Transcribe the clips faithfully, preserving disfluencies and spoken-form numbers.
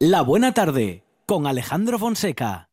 La Buena Tarde, con Alejandro Fonseca.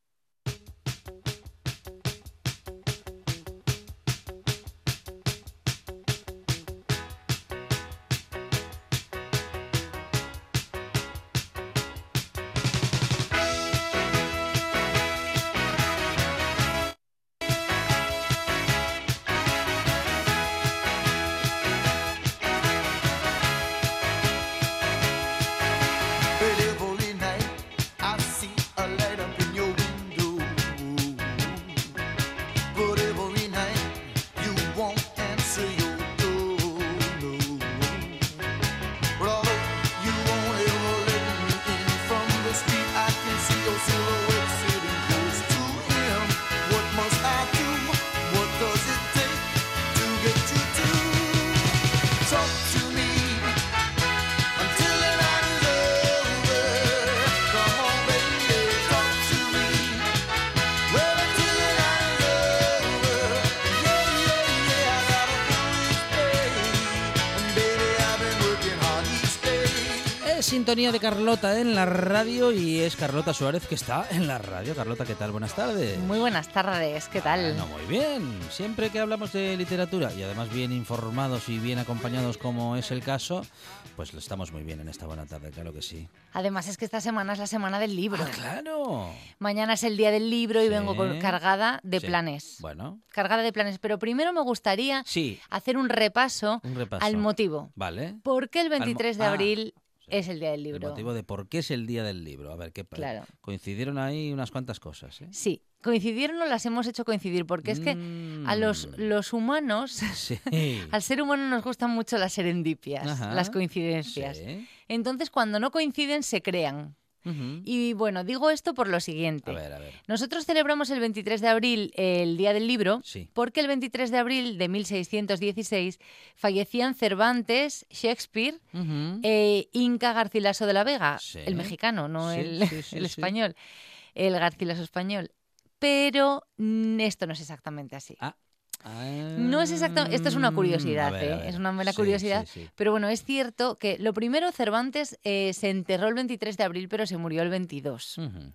Sintonía de Carlota en la radio y es Carlota Suárez que está en la radio. Carlota, ¿qué tal? Buenas tardes. Muy buenas tardes, ¿qué tal? Bueno, muy bien. Siempre que hablamos de literatura y además bien informados y bien acompañados como es el caso, pues lo estamos muy bien en esta buena tarde, claro que sí. Además es que esta semana es la semana del libro. ¡Ah, claro! Mañana es el día del libro y sí. vengo con, cargada de sí. planes. Bueno. Cargada de planes, pero primero me gustaría sí. hacer un repaso, un repaso al motivo. Vale. ¿Por qué el veintitrés Al mo- de abril... Ah. Es el día del libro. El motivo de por qué es el día del libro. A ver, ¿qué claro. coincidieron ahí unas cuantas cosas, ¿eh? Sí, coincidieron o las hemos hecho coincidir, porque es que mm. a los, los humanos, sí. al ser humano nos gustan mucho las serendipias, Ajá. las coincidencias. Sí. Entonces, cuando no coinciden, se crean. Uh-huh. Y bueno, digo esto por lo siguiente. A ver, a ver. Nosotros celebramos el veintitrés de abril el Día del Libro sí. porque el veintitrés de abril de mil seiscientos dieciséis fallecían Cervantes, Shakespeare, uh-huh. e Inca Garcilaso de la Vega, sí. el mexicano, no sí, el, sí, sí, el sí. español, el Garcilaso español. Pero esto no es exactamente así. Ah. Ah, no es exactamente, esto es una curiosidad, ver, ¿eh? es una mera sí, curiosidad, sí, sí. pero bueno, es cierto que lo primero, Cervantes eh, se enterró el veintitrés de abril, pero se murió el veintidós. Uh-huh.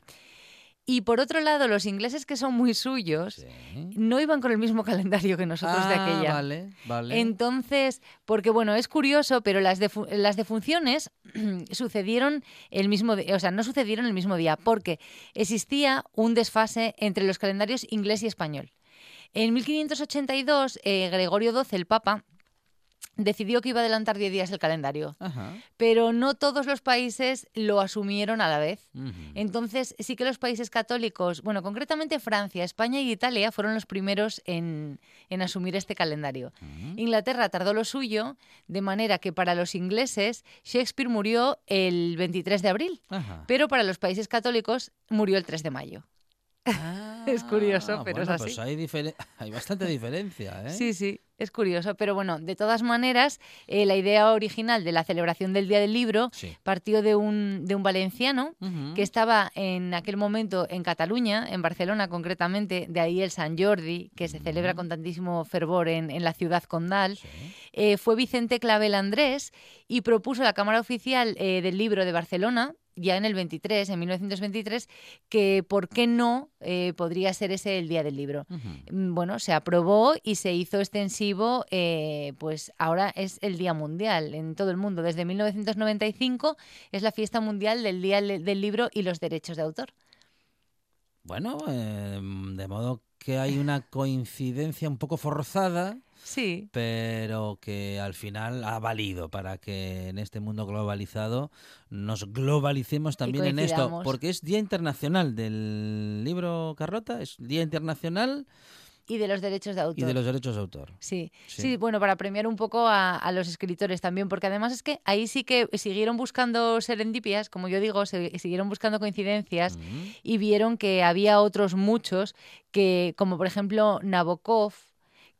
Y por otro lado, los ingleses, que son muy suyos, sí. no iban con el mismo calendario que nosotros ah, de aquella. Vale, vale. Entonces, porque bueno, es curioso, pero las, defu- las defunciones sucedieron el mismo día, o sea, no sucedieron el mismo día, porque existía un desfase entre los calendarios inglés y español. En mil quinientos ochenta y dos, eh, Gregorio doce, el Papa, decidió que iba a adelantar diez días el calendario, Ajá. pero no todos los países lo asumieron a la vez. Uh-huh. Entonces, sí que los países católicos, bueno, concretamente Francia, España y Italia fueron los primeros en, en asumir este calendario. Uh-huh. Inglaterra tardó lo suyo, de manera que para los ingleses Shakespeare murió el veintitrés de abril, Ajá. pero para los países católicos murió el tres de mayo. Ah, es curioso, pero bueno, es así. Pues hay, difer- hay bastante diferencia, ¿eh? Sí, sí, es curioso. Pero bueno, de todas maneras, eh, la idea original de la celebración del Día del Libro sí. partió de un, de un valenciano uh-huh. que estaba en aquel momento en Cataluña, en Barcelona concretamente, de ahí el Sant Jordi, que se uh-huh. celebra con tantísimo fervor en, en la ciudad condal. Sí. Eh, fue Vicente Clavel Andrés y propuso a la Cámara Oficial eh, del Libro de Barcelona, ya en el veintitrés, en mil novecientos veintitrés, que por qué no eh, podría ser ese el Día del Libro. Uh-huh. Bueno, se aprobó y se hizo extensivo, eh, pues ahora es el Día Mundial en todo el mundo. Desde mil novecientos noventa y cinco es la fiesta mundial del Día del Libro y los derechos de autor. Bueno, eh, de modo que hay una coincidencia un poco forzada. Sí. Pero que al final ha valido para que en este mundo globalizado nos globalicemos también en esto. Porque es Día Internacional del Libro, Carlota, es Día Internacional... Y de los derechos de autor. Y de los derechos de autor. Sí, sí, sí bueno, para premiar un poco a, a los escritores también, porque además es que ahí sí que siguieron buscando serendipias, como yo digo, se, siguieron buscando coincidencias uh-huh. y vieron que había otros muchos, que como por ejemplo Nabokov,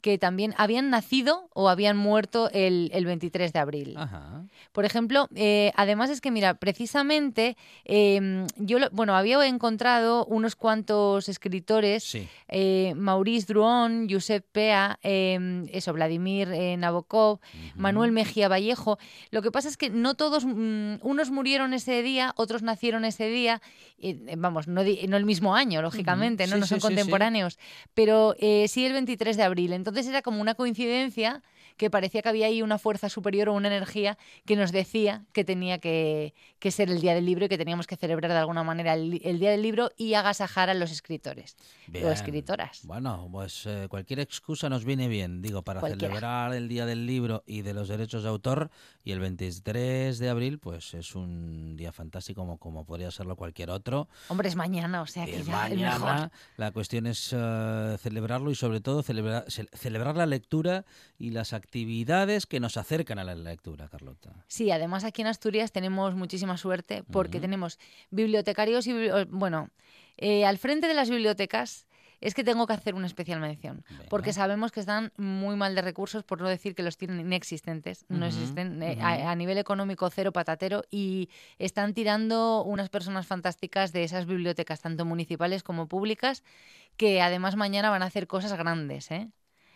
que también habían nacido o habían muerto el, el veintitrés de abril. Ajá. Por ejemplo, eh, además es que, mira, precisamente eh, yo, lo, bueno, había encontrado unos cuantos escritores, sí. eh, Maurice Druon, Josep Pea, eh, eso, Vladimir eh, Nabokov, uh-huh. Manuel Mejía Vallejo. Lo que pasa es que no todos, mm, unos murieron ese día, otros nacieron ese día, eh, vamos, no, di, no el mismo año, lógicamente, uh-huh. sí, no, no sí, son sí, contemporáneos, sí. pero eh, sí el veintitrés de abril. Entonces era como una coincidencia que parecía que había ahí una fuerza superior o una energía que nos decía que tenía que, que ser el Día del Libro y que teníamos que celebrar de alguna manera el, el Día del Libro y agasajar a los escritores bien. o escritoras. Bueno, pues eh, cualquier excusa nos viene bien, digo, para Cualquiera. celebrar el Día del Libro y de los derechos de autor, y el veintitrés de abril pues es un día fantástico como, como podría serlo cualquier otro. Hombre, es mañana, o sea que es ya mañana. El mejor. La cuestión es uh, celebrarlo y sobre todo celebrar, ce- celebrar la lectura y las actividades que nos acercan a la lectura, Carlota. Sí, además aquí en Asturias tenemos muchísima suerte porque uh-huh. tenemos bibliotecarios y, bueno, eh, al frente de las bibliotecas es que tengo que hacer una especial mención, Venga. porque sabemos que están muy mal de recursos, por no decir que los tienen inexistentes, uh-huh. no existen, uh-huh. eh, a, a nivel económico cero patatero, y están tirando unas personas fantásticas de esas bibliotecas, tanto municipales como públicas, que además mañana van a hacer cosas grandes, ¿eh?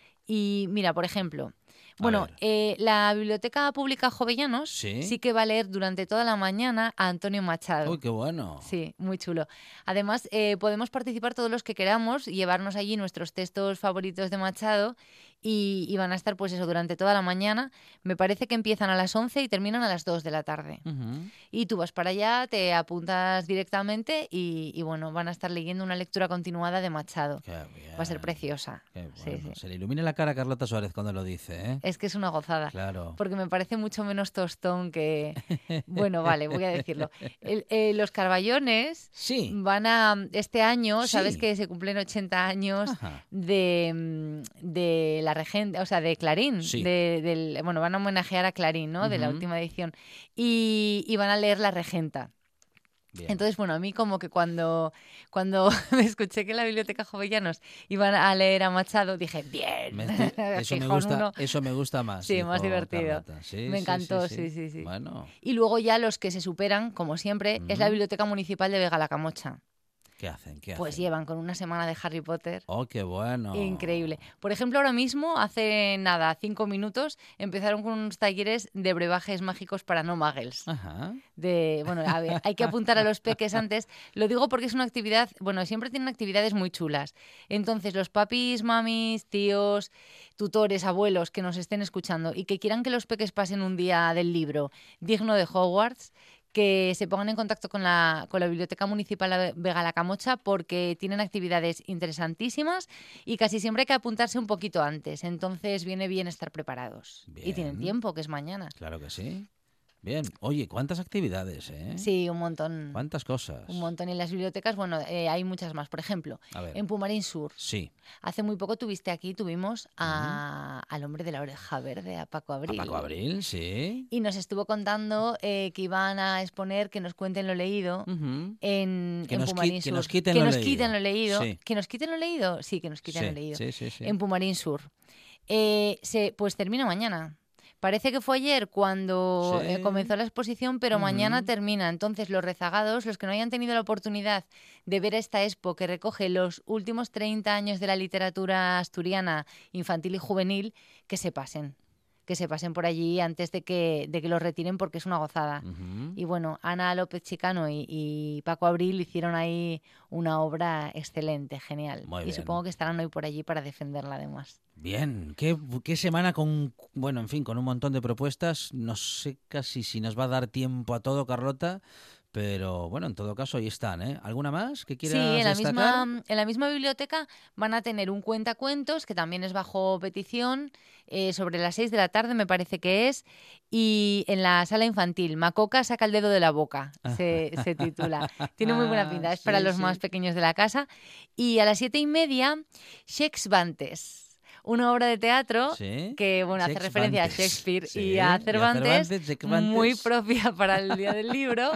Y mira, por ejemplo, bueno, eh, la Biblioteca Pública Jovellanos ¿Sí? sí que va a leer durante toda la mañana a Antonio Machado. ¡Uy, qué bueno! Sí, muy chulo. Además, eh, podemos participar todos los que queramos, llevarnos allí nuestros textos favoritos de Machado y, y van a estar, pues eso, durante toda la mañana. Me parece que empiezan a las once y terminan a las dos de la tarde. Uh-huh. Y tú vas para allá, te apuntas directamente y, y, bueno, van a estar leyendo una lectura continuada de Machado. Qué bien. Va a ser preciosa. Qué bueno. Sí, sí. Se le ilumina la cara a Carlota Suárez cuando lo dice, ¿eh? Es que es una gozada. Claro. Porque me parece mucho menos tostón que... Bueno, vale, voy a decirlo. El, eh, los Carballones sí. van a... Este año, sí. sabes que se cumplen ochenta años de, de la regente, o sea, de Clarín. Sí. De, del, bueno, van a homenajear a Clarín, ¿no? Uh-huh. De la última edición. Y, y van a leer La Regenta. Bien. Entonces, bueno, a mí como que cuando, cuando me escuché que en la Biblioteca Jovellanos iban a leer a Machado, dije, bien, me eso, me gusta, eso me gusta más. Sí, más divertido. Sí, me encantó, sí sí, sí, sí, sí. Bueno. Y luego ya los que se superan, como siempre, uh-huh. es la Biblioteca Municipal de Vega la Camocha. ¿Qué hacen? ¿Qué pues hacen? llevan con una semana de Harry Potter. ¡Oh, qué bueno! Increíble. Por ejemplo, ahora mismo, hace nada, cinco minutos, empezaron con unos talleres de brebajes mágicos para no muggles. Ajá. De, bueno, a ver, hay que apuntar a los peques antes. Lo digo porque es una actividad, bueno, siempre tienen actividades muy chulas. Entonces, los papis, mamis, tíos, tutores, abuelos que nos estén escuchando y que quieran que los peques pasen un día del libro digno de Hogwarts, que se pongan en contacto con la, con la Biblioteca Municipal de Vega la Camocha porque tienen actividades interesantísimas y casi siempre hay que apuntarse un poquito antes. Entonces viene bien estar preparados. Bien. Y tienen tiempo, que es mañana. Claro que sí. Bien. Oye, ¿cuántas actividades, eh? Sí, un montón. ¿Cuántas cosas? Un montón. En las bibliotecas, bueno, eh, hay muchas más. Por ejemplo, en Pumarín Sur. Sí. Hace muy poco tuviste aquí, tuvimos a, uh-huh. al hombre de la oreja verde, a Paco Abril. A Paco Abril, sí. Y nos estuvo contando eh, que iban a exponer Que nos cuenten lo leído uh-huh. en, que en nos Pumarín qui- Sur. Que nos quiten que lo nos leído. quiten lo leído. Sí. ¿Que nos quiten lo leído? Sí, que nos quiten sí, lo leído. Sí, sí, sí. En Pumarín Sur. Eh, se, pues termina mañana. Parece que fue ayer cuando sí. eh, comenzó la exposición, pero uh-huh. mañana termina. Entonces, los rezagados, los que no hayan tenido la oportunidad de ver esta expo que recoge los últimos treinta años de la literatura asturiana infantil y juvenil, que se pasen. Que se pasen por allí antes de que, de que los retiren porque es una gozada. Uh-huh. Y bueno, Ana López Chicano y, y Paco Abril hicieron ahí una obra excelente, genial. Muy y bien. supongo que estarán hoy por allí para defenderla además. Bien, qué, qué semana con, bueno, en fin, con un montón de propuestas. No sé casi si nos va a dar tiempo a todo, Carlota, pero bueno, en todo caso ahí están, ¿eh? ¿Alguna más que quieras Sí, en la, destacar? misma, en la misma biblioteca van a tener un cuentacuentos, que también es bajo petición, eh, sobre las seis de la tarde me parece que es, y en la sala infantil, Macoca saca el dedo de la boca, se, se titula. Tiene muy buena pinta, es para Sí, los sí. más pequeños de la casa. Y a las siete y media, Shakespeare. Una obra de teatro ¿Sí? que bueno hace referencia a Shakespeare sí. y a Cervantes, y a Cervantes, muy propia para el Día del Libro.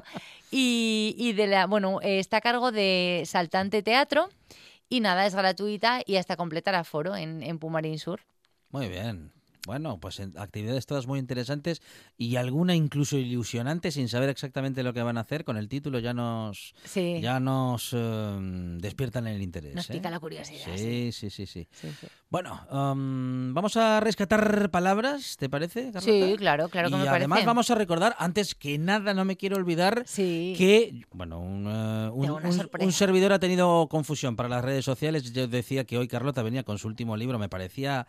y, y de la bueno eh, está a cargo de Saltante Teatro y nada, es gratuita y hasta completar aforo en, en Pumarín Sur. Muy bien. Bueno, pues actividades todas muy interesantes y alguna incluso ilusionante sin saber exactamente lo que van a hacer. Con el título ya nos sí. ya nos uh, despiertan el interés. Nos ¿eh? pica la curiosidad. Sí, sí, sí, sí. sí, sí. Bueno, um, vamos a rescatar palabras, ¿te parece, Carlota? Sí, claro, claro que y me parece. Y además vamos a recordar, antes que nada, no me quiero olvidar sí. que, bueno, un, uh, un, un, un servidor ha tenido confusión para las redes sociales. Yo decía que hoy Carlota venía con su último libro, me parecía...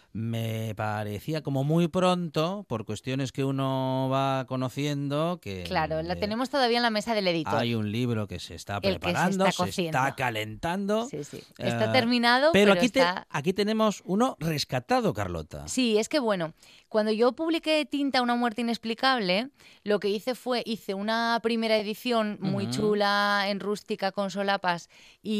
Me parecía como muy pronto, por cuestiones que uno va conociendo, que... Claro, la tenemos todavía en la mesa del editor. Hay un libro que se está preparando, se, está, se está calentando. Sí, sí. Está uh, terminado, pero, pero aquí, está... te, aquí tenemos uno rescatado, Carlota. Sí, es que bueno, cuando yo publiqué Tinta, una muerte inexplicable, lo que hice fue, hice una primera edición muy uh-huh. chula, en rústica, con solapas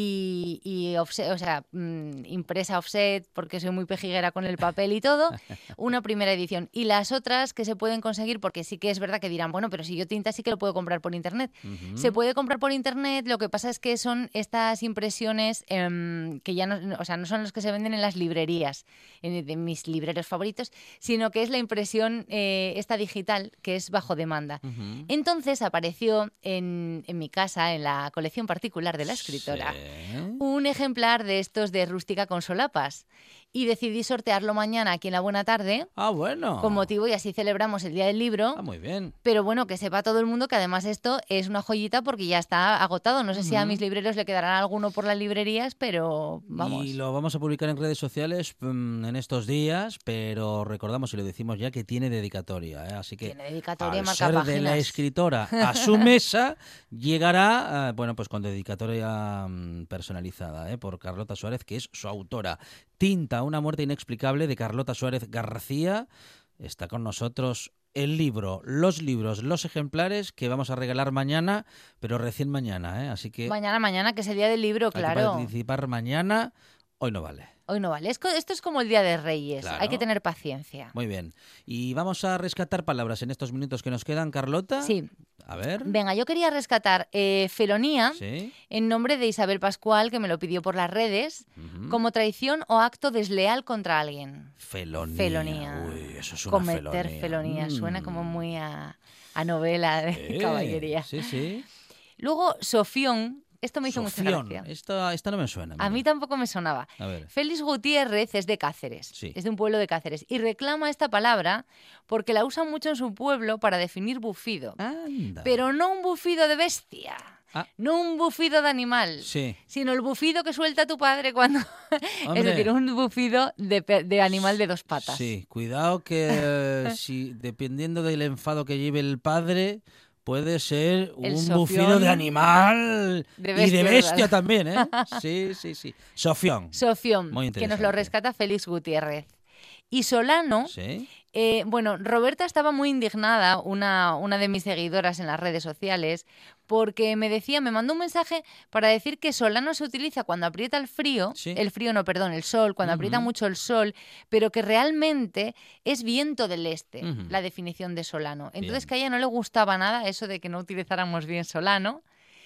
y, y offset, o sea, mmm, impresa offset, porque soy muy pejiguera con el papel y todo, una primera edición. Y las otras que se pueden conseguir, porque sí que es verdad que dirán, bueno, pero si yo Tinta sí que lo puedo comprar por internet. Uh-huh. Se puede comprar por internet, lo que pasa es que son estas impresiones eh, que ya no, o sea, no son los que se venden en las librerías, en, de mis libreros favoritos, sino que es la impresión eh, esta digital, que es bajo demanda. Uh-huh. Entonces apareció en, en mi casa, en la colección particular de la escritora, sí. un ejemplar de estos de rústica con solapas. Y decidí sortearlo mañana aquí en La Buena Tarde. Ah, bueno. Con motivo, y así celebramos el Día del Libro. Ah, muy bien. Pero bueno, que sepa todo el mundo que además esto es una joyita porque ya está agotado. No sé uh-huh. si a mis libreros le quedarán alguno por las librerías, pero vamos. Y lo vamos a publicar en redes sociales um, en estos días, pero recordamos y lo decimos ya que tiene dedicatoria, ¿eh? Así que tiene dedicatoria, al marca ser páginas. De la escritora a su mesa llegará, uh, bueno, pues con dedicatoria um, personalizada, ¿eh? Por Carlota Suárez, que es su autora. Tinta, una muerte inexplicable, de Carlota Suárez García. Está con nosotros el libro, los libros, los ejemplares que vamos a regalar mañana, pero recién mañana, ¿eh? Así que... Mañana, mañana, que es el Día del Libro, hay claro. que participar mañana, hoy no vale. Hoy no vale. Esto es como el Día de Reyes. Claro. Hay que tener paciencia. Muy bien. Y vamos a rescatar palabras en estos minutos que nos quedan, Carlota. Sí. A ver. Venga, yo quería rescatar eh, Felonía, ¿Sí? en nombre de Isabel Pascual, que me lo pidió por las redes, uh-huh. como traición o acto desleal contra alguien. Felonía. Felonía. Uy, eso es una Cometer felonía. felonía. Mm. Suena como muy a, a novela de eh, caballería. Sí, sí. Luego, Sofión. Esto me hizo Sofión. mucha gracia. Esta, esta no me suena. Mira. A mí tampoco me sonaba. A ver. Félix Gutiérrez es de Cáceres, sí. es de un pueblo de Cáceres, y reclama esta palabra porque la usa mucho en su pueblo para definir bufido. Anda. Pero no un bufido de bestia, ah. no un bufido de animal, sí. sino el bufido que suelta tu padre cuando... es decir, un bufido de, de animal de dos patas. Sí, cuidado que si dependiendo del enfado que lleve el padre... Puede ser un bufido de animal de bestia, y de bestia ¿verdad? También, ¿eh? Sí, sí, sí. Sofión. Sofión, que nos lo rescata Félix Gutiérrez. Y Solano, ¿sí? eh, bueno, Roberta estaba muy indignada, una, una de mis seguidoras en las redes sociales, porque me decía, me mandó un mensaje para decir que Solano se utiliza cuando aprieta el frío, ¿sí? el frío no, perdón, el sol, cuando uh-huh. aprieta mucho el sol, pero que realmente es viento del este, uh-huh. la definición de Solano. Entonces bien. Que a ella no le gustaba nada eso de que no utilizáramos bien Solano,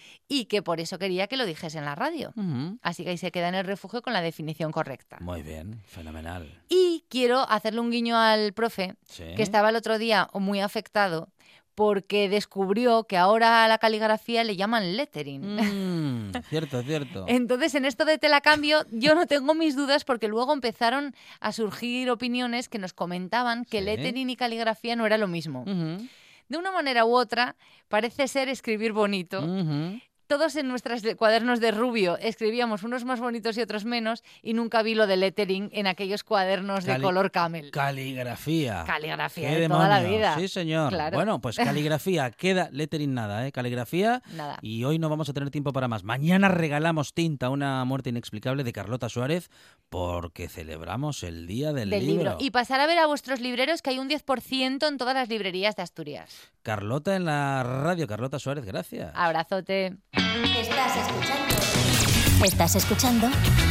y que por eso quería que lo dijese en la radio. Uh-huh. Así que ahí se queda en el refugio con la definición correcta. Muy bien, fenomenal. Y quiero hacerle un guiño al profe, ¿sí? que estaba el otro día muy afectado porque descubrió que ahora a la caligrafía le llaman lettering. Mm, cierto, cierto. Entonces, en esto de telacambio, yo no tengo mis dudas porque luego empezaron a surgir opiniones que nos comentaban que ¿sí? lettering y caligrafía no era lo mismo. Uh-huh. De una manera u otra, parece ser escribir bonito. Uh-huh. Todos en nuestros cuadernos de Rubio escribíamos unos más bonitos y otros menos, y nunca vi lo de lettering en aquellos cuadernos Cali- de color camel. Caligrafía. Caligrafía ¿Qué de demonios? toda la vida. Sí, señor. Claro. Bueno, pues caligrafía. Queda lettering nada, ¿eh? Caligrafía. Nada. Y hoy no vamos a tener tiempo para más. Mañana regalamos Tinta, una muerte inexplicable, de Carlota Suárez, porque celebramos el Día del, del libro. libro. Y pasar a ver a vuestros libreros, que hay un diez por ciento en todas las librerías de Asturias. Carlota en la radio. Carlota Suárez, gracias. Abrazote. Estás escuchando. Estás escuchando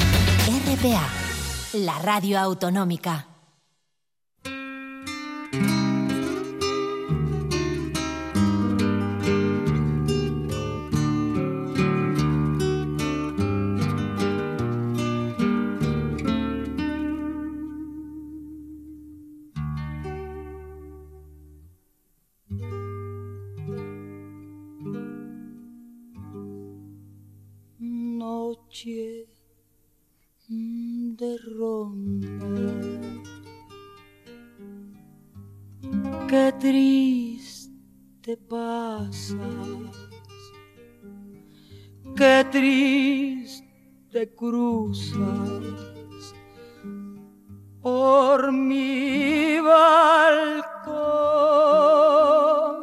R P A, la radio autonómica. noche de ronda, qué triste pasas, qué triste cruzas por mi balcón,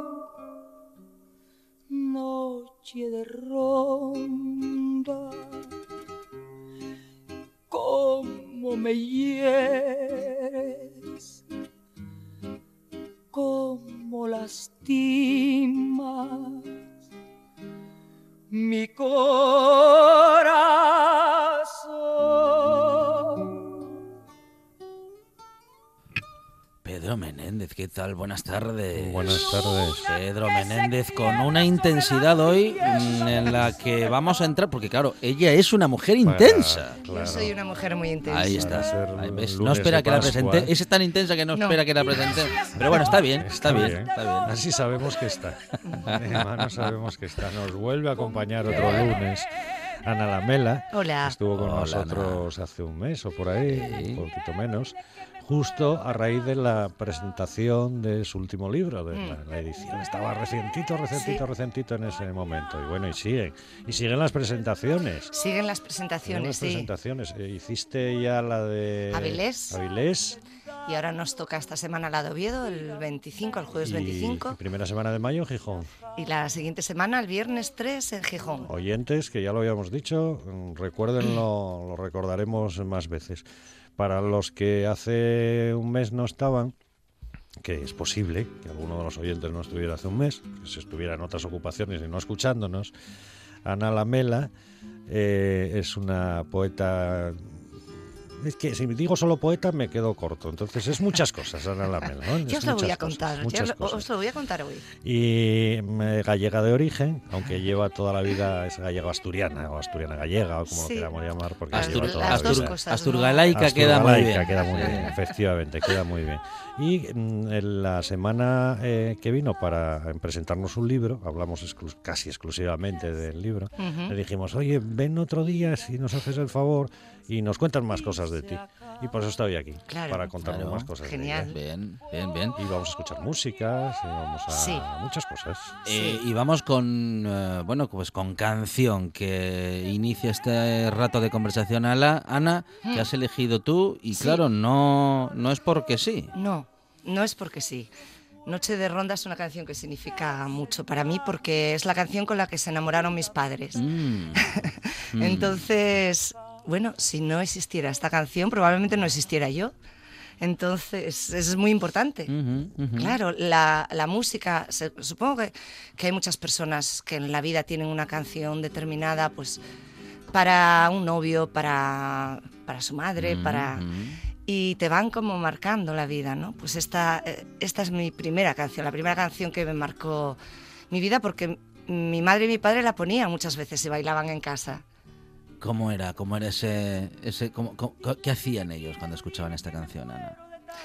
noche de ronda, cómo me hieres, cómo lastimas mi corazón. Pedro Menéndez, ¿qué tal? Buenas tardes. Buenas tardes. Pedro Menéndez con una intensidad hoy en la que vamos a entrar, porque claro, ella es una mujer intensa. Para, claro. Yo soy una mujer muy intensa. Ahí está. Ahí ves. No Lunes espera de que la Pascua. presente. Es tan intensa que no, No. espera que la presente. Pero bueno, está bien, está, Está bien, bien. está bien. Así sabemos que está. Además, sabemos que está. Nos vuelve a acompañar otro lunes Ana Lamela. Hola. Estuvo con Hola, nosotros hace un mes o por ahí, Sí. un poquito menos, justo a raíz de la presentación de su último libro, de la, la edición. Estaba recientito, recientito, Sí. recientito en ese momento. Y bueno, y siguen. Y siguen las presentaciones. Siguen las Siguen presentaciones, las sí. presentaciones. Eh, hiciste ya la de Avilés. Avilés. Y ahora nos toca esta semana la de Oviedo, el veinticinco, el jueves Y, veinticinco. y primera semana de mayo en Gijón. Y la siguiente semana, el viernes tres, en Gijón. Oyentes, que ya lo habíamos dicho, mm, recuérdenlo, lo recordaremos más veces. Para los que hace un mes no estaban, que es posible que alguno de los oyentes no estuviera hace un mes, que se estuviera en otras ocupaciones y no escuchándonos, Ana Lamela eh, es una poeta. Es que si digo solo poeta me quedo corto, entonces es muchas cosas, Ana Lamela, ¿no? Yo Es os lo voy muchas a contar, cosas, yo muchas lo- cosas. os lo voy a contar hoy. Y mm, gallega de origen, aunque lleva toda la vida, es gallega asturiana o asturiana gallega o como Sí. lo queramos llamar, porque Astur- lleva toda las la dos vida. cosas, Asturgalaica Asturgalaica queda muy bien. queda muy Sí. bien, efectivamente, queda muy bien. Y mm, en la semana eh, que vino para presentarnos un libro, hablamos exclu- casi exclusivamente del libro, Ujú. le dijimos, oye, ven otro día si nos haces el favor y nos cuentan más cosas de ti. Y por eso estoy aquí, Claro. para contarnos Claro. más cosas Genial. de ella. Bien, bien, bien. Y vamos a escuchar músicas, y vamos a Sí. muchas cosas. Eh, y vamos con, eh, bueno, pues con canción que inicia este rato de conversación, Ana, Ana que has elegido tú y Sí. claro, no, no es porque sí. No, no es porque sí. Noche de Ronda es una canción que significa mucho para mí porque es la canción con la que se enamoraron mis padres. Mm. Mm. Entonces, bueno, si no existiera esta canción, probablemente no existiera yo. Entonces, es muy importante. Ujú, ujú. Claro, la, la música, se- supongo que, que hay muchas personas que en la vida tienen una canción determinada, pues, para un novio, para, para su madre, Mm, para... mm. Y te van como marcando la vida, ¿no? Pues esta, eh, esta es mi primera canción, la primera canción que me marcó mi vida porque mi madre y mi padre la ponían muchas veces y bailaban en casa. ¿Cómo era? ¿Cómo era ese, ese cómo- cómo- qué hacían ellos cuando escuchaban esta canción, Ana?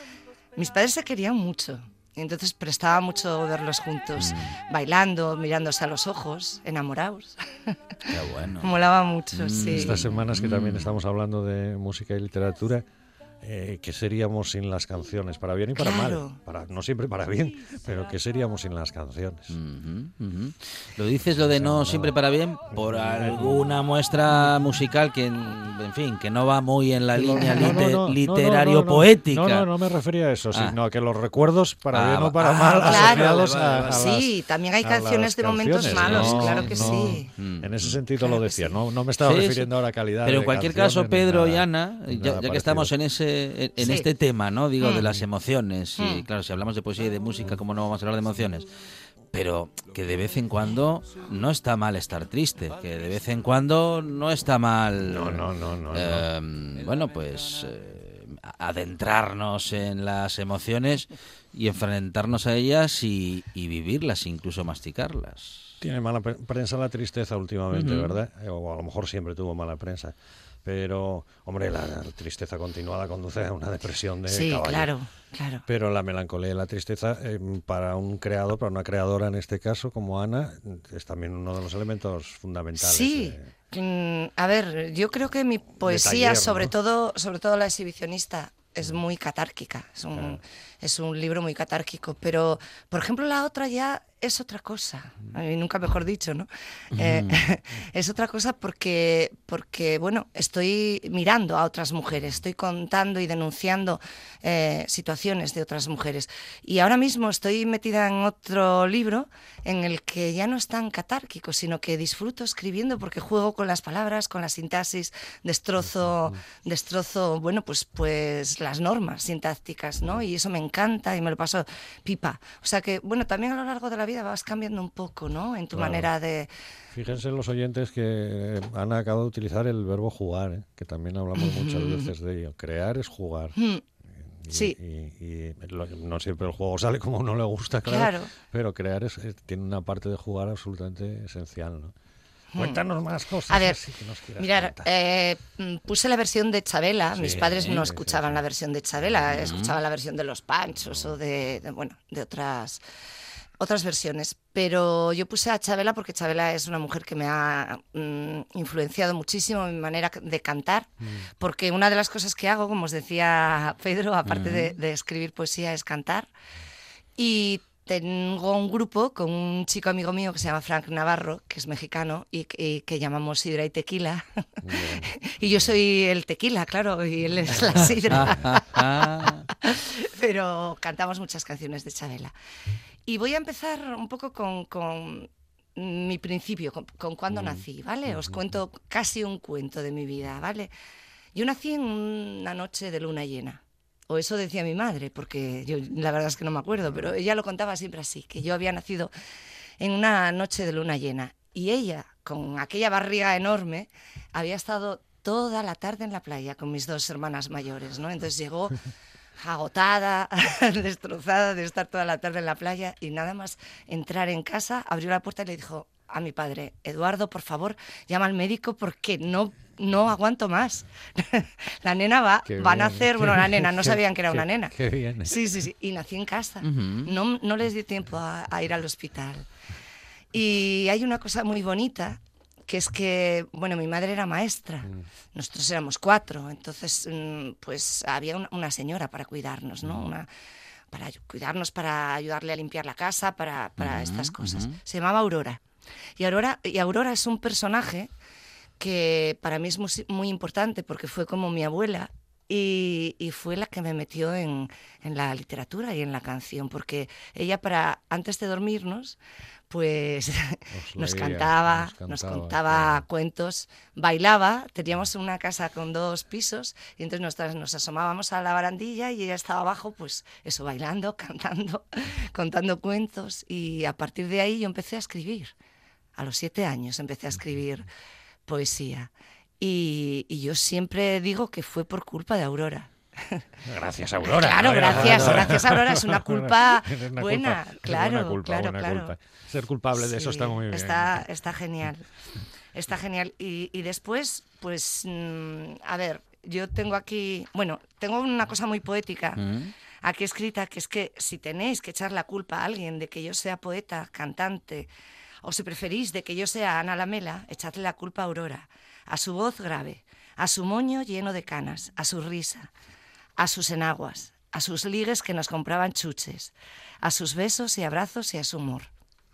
Mis padres se querían mucho, y entonces prestaba mucho verlos juntos, Mm. bailando, mirándose a los ojos, enamorados. Qué bueno. Molaba mucho, Mm. sí. Estas semanas que también Mm. estamos hablando de música y literatura, eh, ¿qué seríamos sin las canciones? Para bien y para Claro. mal. Para, no siempre para bien, pero ¿qué seríamos sin las canciones? Ujú, ujú. Lo dices lo de no siempre para bien por alguna muestra musical que, en fin, que no va muy en la línea No, no, lite- no, no, literario-poética. No, no, no me refería a eso, Ah. sino a que los recuerdos, para Ah, bien o para ah, mal, claro. asociados Vale, vale, a, vale. a Sí, las- también hay a las canciones de momentos canciones. malos, No, claro que no. sí. Mm. En ese sentido Claro lo que decía, sí. no, no me estaba Sí, sí. refiriendo a la calidad Pero de en cualquier canciones caso, ni Pedro nada- y Ana, ni ya, nada ya que parecido. estamos en ese en, en Sí. este tema, ¿no? Digo, de Mm. las emociones. Y Mm. claro, si hablamos de poesía y de música, ¿cómo no vamos a hablar de emociones? Pero que de vez en cuando no está mal estar triste, que de vez en cuando no está mal. No, no, no, no, no. eh, Bueno, pues eh, adentrarnos en las emociones y enfrentarnos a ellas y, y vivirlas, incluso masticarlas. Tiene mala pre- prensa la tristeza últimamente, Ujú. ¿verdad? Eh, O a lo mejor siempre tuvo mala prensa. Pero, hombre, la, la tristeza continuada conduce a una depresión de Sí, caballo. claro, claro. Pero la melancolía y la tristeza, eh, para un creador, para una creadora en este caso, como Ana, es también uno de los elementos fundamentales. Sí, eh. A ver, yo creo que mi poesía, taller, sobre ¿no? todo, sobre todo la exhibicionista, es muy catárquica. Es un, Claro. es un libro muy catárquico. Pero, por ejemplo, la otra ya es otra cosa. Y nunca mejor dicho, ¿no? Eh, es otra cosa porque, porque, bueno, estoy mirando a otras mujeres, estoy contando y denunciando eh, situaciones de otras mujeres. Y ahora mismo estoy metida en otro libro en el que ya no es tan catárquico, sino que disfruto escribiendo porque juego con las palabras, con la sintaxis, destrozo, destrozo, bueno, pues, pues las normas sintácticas, ¿no? Y eso me encanta y me lo paso pipa. O sea que, bueno, también a lo largo de la vida vas cambiando un poco, ¿no? En tu Claro. manera de... Fíjense los oyentes que Ana acaba de utilizar el verbo jugar, ¿eh? Que también hablamos muchas veces de ello. Crear es jugar. Mm, Y, sí. Y, y lo- no siempre el juego sale como a uno le gusta, claro. Claro. Pero crear es, es- tiene una parte de jugar absolutamente esencial, ¿no? Cuéntanos más cosas. A ver, así que nos quieras Mirar, contar. eh, mm, puse la versión de Chabela. Sí, Mis padres no sí, escuchaban sí, sí. la versión de Chabela, escuchaban la versión de Los Panchos o de, de, bueno, de otras, otras versiones. Pero yo puse a Chabela porque Chabela es una mujer que me ha mm, influenciado muchísimo en mi manera de cantar, porque una de las cosas que hago, como os decía Pedro, aparte de, de escribir poesía, es cantar. Y tengo un grupo con un chico amigo mío que se llama Frank Navarro, que es mexicano, y, y que llamamos Sidra y Tequila. Y yo soy el tequila, claro, y él es la sidra. Pero cantamos muchas canciones de Chabela. Y voy a empezar un poco con, con mi principio, con, con cuándo nací, ¿vale? Os cuento casi un cuento de mi vida, ¿vale? Yo nací en una noche de luna llena. O eso decía mi madre, porque yo la verdad es que no me acuerdo, pero ella lo contaba siempre así, que yo había nacido en una noche de luna llena. Y ella, con aquella barriga enorme, había estado toda la tarde en la playa con mis dos hermanas mayores, ¿no? Entonces llegó agotada, destrozada de estar toda la tarde en la playa y nada más entrar en casa, abrió la puerta y le dijo a mi padre: Eduardo, por favor, llama al médico porque no... no aguanto más. La nena va, Qué va a bien, nacer, qué bueno, la bien, nena, no qué- sabían que era qué- una nena. qué bien. Sí, sí, sí, y nací en casa. Ujú. No, no les di tiempo a, a ir al hospital. Y hay una cosa muy bonita, que es que, bueno, mi madre era maestra, nosotros éramos cuatro, entonces, mm, pues había una, una señora para cuidarnos, ¿no? Una, para ayu- cuidarnos, para ayudarle a limpiar la casa, para, para Ujú, estas cosas. ujú. Se llamaba Aurora. Y Aurora, y Aurora es un personaje que para mí es muy, muy importante porque fue como mi abuela y, y fue la que me metió en, en la literatura y en la canción, porque ella para antes de dormirnos pues Os nos, leía, cantaba, nos nos cantaba, contaba claro. cuentos, bailaba, teníamos una casa con dos pisos y entonces nosotras nos asomábamos a la barandilla y ella estaba abajo, pues eso, bailando, cantando, contando cuentos, y a partir de ahí yo empecé a escribir. A los siete años empecé a escribir poesía y, y yo siempre digo que fue por culpa de Aurora. Gracias, Aurora. Claro, Ay, gracias, Aurora. gracias, Aurora, es una culpa Es una buena, culpa, es claro, buena culpa, claro, buena claro. culpa. Ser culpable de eso Sí, está muy bien. Está, está genial, está genial. Y, y después, pues, mm, a ver, yo tengo aquí, bueno, tengo una cosa muy poética Mm. aquí escrita, que es que si tenéis que echar la culpa a alguien de que yo sea poeta, cantante, o si preferís de que yo sea Ana Lamela, echadle la culpa a Aurora, a su voz grave, a su moño lleno de canas, a su risa, a sus enaguas, a sus ligues que nos compraban chuches, a sus besos y abrazos y a su humor.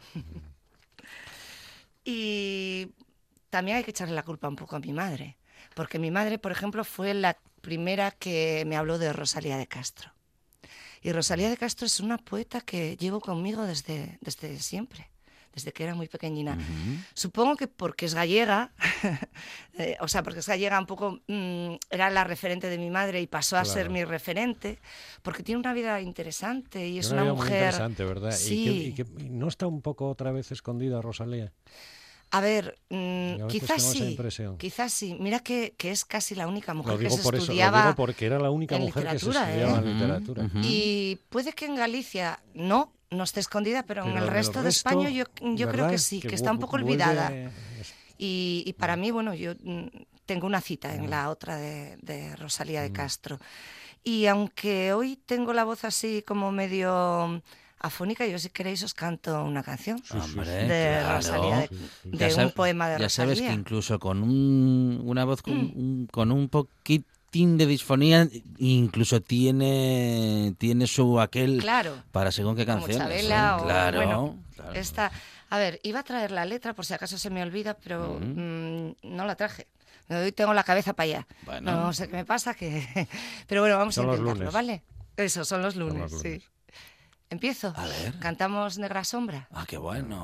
Y también hay que echarle la culpa un poco a mi madre, porque mi madre, por ejemplo, fue la primera que me habló de Rosalía de Castro. Y Rosalía de Castro es una poeta que llevo conmigo desde, desde siempre, desde que era muy pequeñina. Ujú. Supongo que porque es gallega, eh, o sea, porque es gallega un poco, mmm, era la referente de mi madre y pasó a Claro. ser mi referente, porque tiene una vida interesante y es Una una, vida muy mujer... interesante, ¿verdad? Sí. ¿Y, que, y que- y no está un poco otra vez escondida Rosalía? A ver, Yo mmm, a veces quizás tengo esa sí, impresión. quizás sí. Mira que, que es casi la única mujer Lo digo que se por eso, lo estudiaba... digo porque era la única en mujer que se literatura, estudiaba ¿eh? en literatura. Ujú. Y puede que en Galicia no, no esté escondida, pero, Pero en el resto de España yo, yo creo ¿verdad? que sí, que, está un vu- poco vuelve- olvidada. Y, y para mí, bueno, yo mm, tengo una cita en la otra de, de Rosalía de Castro. Y aunque hoy tengo la voz así como medio afónica, yo si queréis os canto una canción. Sí, Hombre, de claro. Rosalía, de, de un sabes, poema de ya Rosalía. Ya sabes que incluso con un, una voz con, mm. un, con un poquitín de disfonía, incluso tiene tiene su aquel claro, para según qué canción. Como Chabela, ¿eh? o, claro, bueno, claro. Esta, a ver, iba a traer la letra por si acaso se me olvida, pero mm. Mm, no la traje. Hoy tengo la cabeza para allá. Bueno. No sé qué me pasa, que pero bueno, vamos son a intentarlo, los lunes. ¿vale? Eso, son los lunes, son los lunes. sí. Empiezo. A ver. Cantamos Negra Sombra. Ah, qué bueno.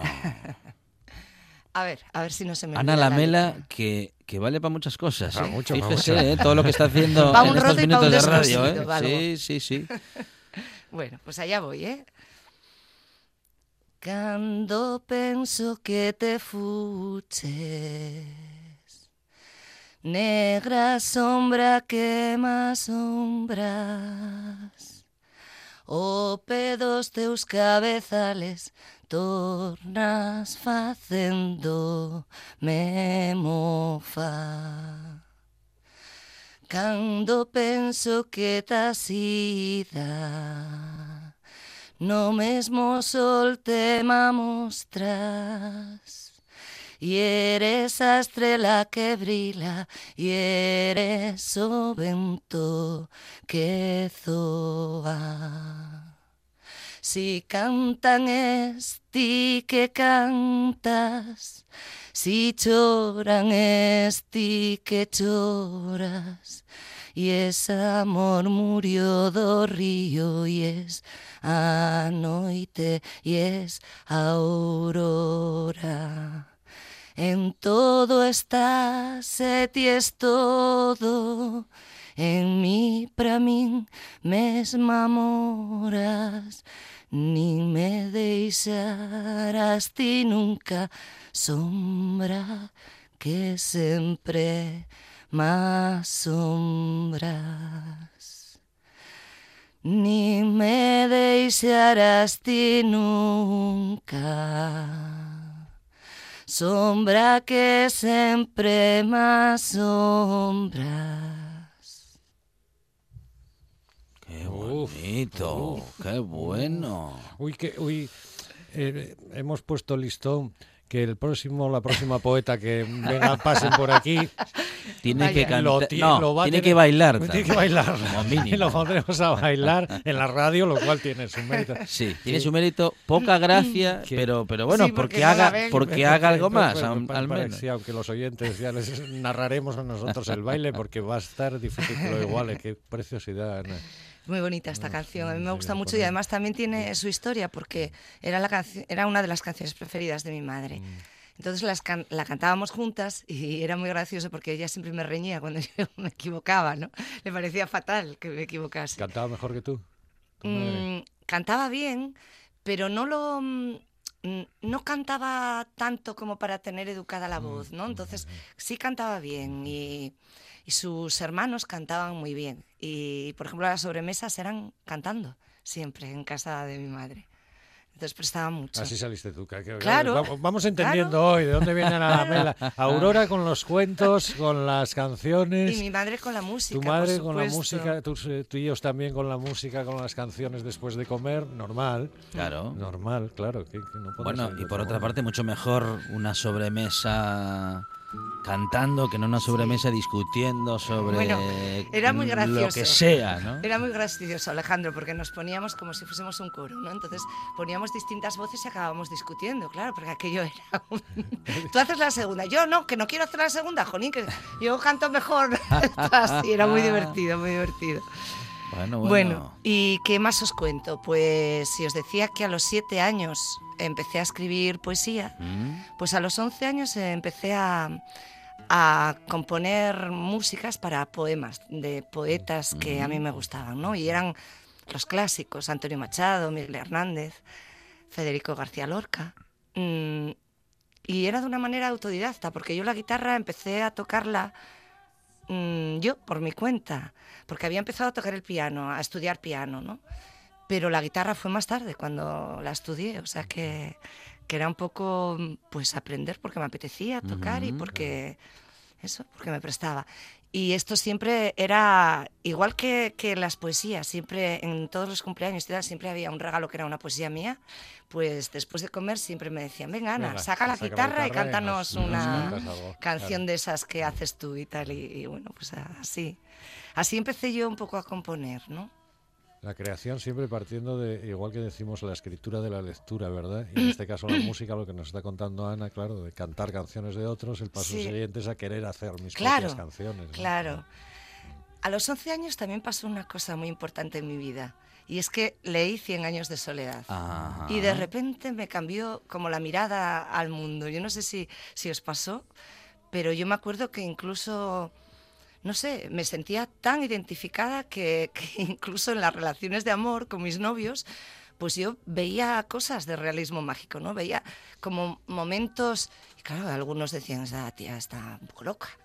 A ver, a ver si no se me Ana olvida Lamela, la que, que vale para muchas cosas. Ah, ¿eh? mucho, Fíjese, mucho. ¿eh? Todo lo que está haciendo pa en estos minutos de radio. ¿eh? Valgo. Sí, sí, sí. Bueno, pues allá voy, ¿eh? Cando penso que te fuches, negra sombra que más sombras, o pedos teus cabezales tornas facendo me mofa. Cando penso que t'has ida, no mesmo sol te mostras, y eres a estrela que brila, y eres o vento que zoa. Si cantan es ti que cantas, si choran es ti que choras, y es amor murió do río, y es a noite, y es aurora. En todo estás e ti es todo, en mí pra min mesma moras, nin me deixarás ti nunca, sombra que sempre más sombras. Ni me deixarás ti nunca, sombra que sempre más sombras. Qué bonito, uf, qué bueno. Uy, que, uy, eh, hemos puesto listón. Que el próximo, la próxima poeta que venga, pasen por aquí, tiene que cantar, no, lo va tiene tener, que bailar, tiene que bailar, y lo pondremos a bailar en la radio, lo cual tiene su mérito. Sí, tiene su mérito, poca gracia, pero pero bueno, sí, porque, porque no haga, ven, porque pero, haga algo pero, más, pero, al, pero, al pero, menos. sí, aunque los oyentes ya les narraremos a nosotros el baile, porque va a estar difícil que lo iguale, qué preciosidad, Ana. Muy bonita esta no, canción, a mí no me sé gusta qué mucho poner. y además también tiene su historia porque era, la canción, era una de las canciones preferidas de mi madre. Mm. Entonces las can- la cantábamos juntas y era muy gracioso porque ella siempre me reñía cuando yo me equivocaba, ¿no? Le parecía fatal que me equivocase. ¿Cantaba mejor que tú? ¿Tu Mm, madre? cantaba bien, pero no lo... Mm, no cantaba tanto como para tener educada la voz, ¿no? Entonces sí cantaba bien y... Y sus hermanos cantaban muy bien. Y, por ejemplo, las sobremesas eran cantando, siempre, en casa de mi madre. Entonces prestaba mucho. Así saliste tú. Que, que, claro. Vamos, vamos entendiendo claro. hoy de dónde viene la Lamela. Aurora con los cuentos, con las canciones. Y mi madre con la música, Tu madre por con la supuesto. música, tus eh, tíos también con la música, con las canciones después de comer. Normal. Claro. Normal, claro. Que, que no puede bueno, ser y de por otra otra manera. parte, mucho mejor una sobremesa cantando que no una sobremesa sí. discutiendo sobre bueno, era muy gracioso. lo que sea, ¿no? Era muy gracioso, Alejandro, porque nos poníamos como si fuésemos un coro, ¿no? Entonces poníamos distintas voces y acabábamos discutiendo, claro, porque aquello era un... Tú haces la segunda, yo no, que no quiero hacer la segunda, jolín, que yo canto mejor. Así, era muy divertido, muy divertido. Bueno, bueno. Bueno, ¿y qué más os cuento? Pues si os decía que a los siete años empecé a escribir poesía, ¿Mm? Pues a los once años empecé a... a componer músicas para poemas de poetas que a mí me gustaban, ¿no? Y eran los clásicos, Antonio Machado, Miguel Hernández, Federico García Lorca. Mm, y era de una manera autodidacta, porque yo la guitarra empecé a tocarla mm, yo, por mi cuenta, porque había empezado a tocar el piano, a estudiar piano, ¿no? Pero la guitarra fue más tarde, cuando la estudié, o sea que... que era un poco, pues, aprender porque me apetecía tocar uh-huh. y porque eso, porque me prestaba. Y esto siempre era igual que, que las poesías, siempre en todos los cumpleaños siempre había un regalo que era una poesía mía. Pues después de comer siempre me decían, venga Ana, venga, saca la saca guitarra, la guitarra y cántanos y nos, una nos algo, canción claro. de esas que haces tú y tal. Y, y bueno, pues así, así empecé yo un poco a componer, ¿no? La creación siempre partiendo de, igual que decimos, la escritura de la lectura, ¿verdad? Y en este caso la música, lo que nos está contando Ana, claro, de cantar canciones de otros, el paso sí. siguiente es a querer hacer mis claro, propias canciones. ¿no? Claro. A los once años también pasó una cosa muy importante en mi vida, y es que leí Cien años de soledad. Ajá. Y de repente me cambió como la mirada al mundo. Yo no sé si, si os pasó, pero yo me acuerdo que incluso... No sé, me sentía tan identificada que, que incluso en las relaciones de amor con mis novios, pues yo veía cosas de realismo mágico, ¿no? Veía como momentos, y claro, algunos decían, esa tía está un poco loca,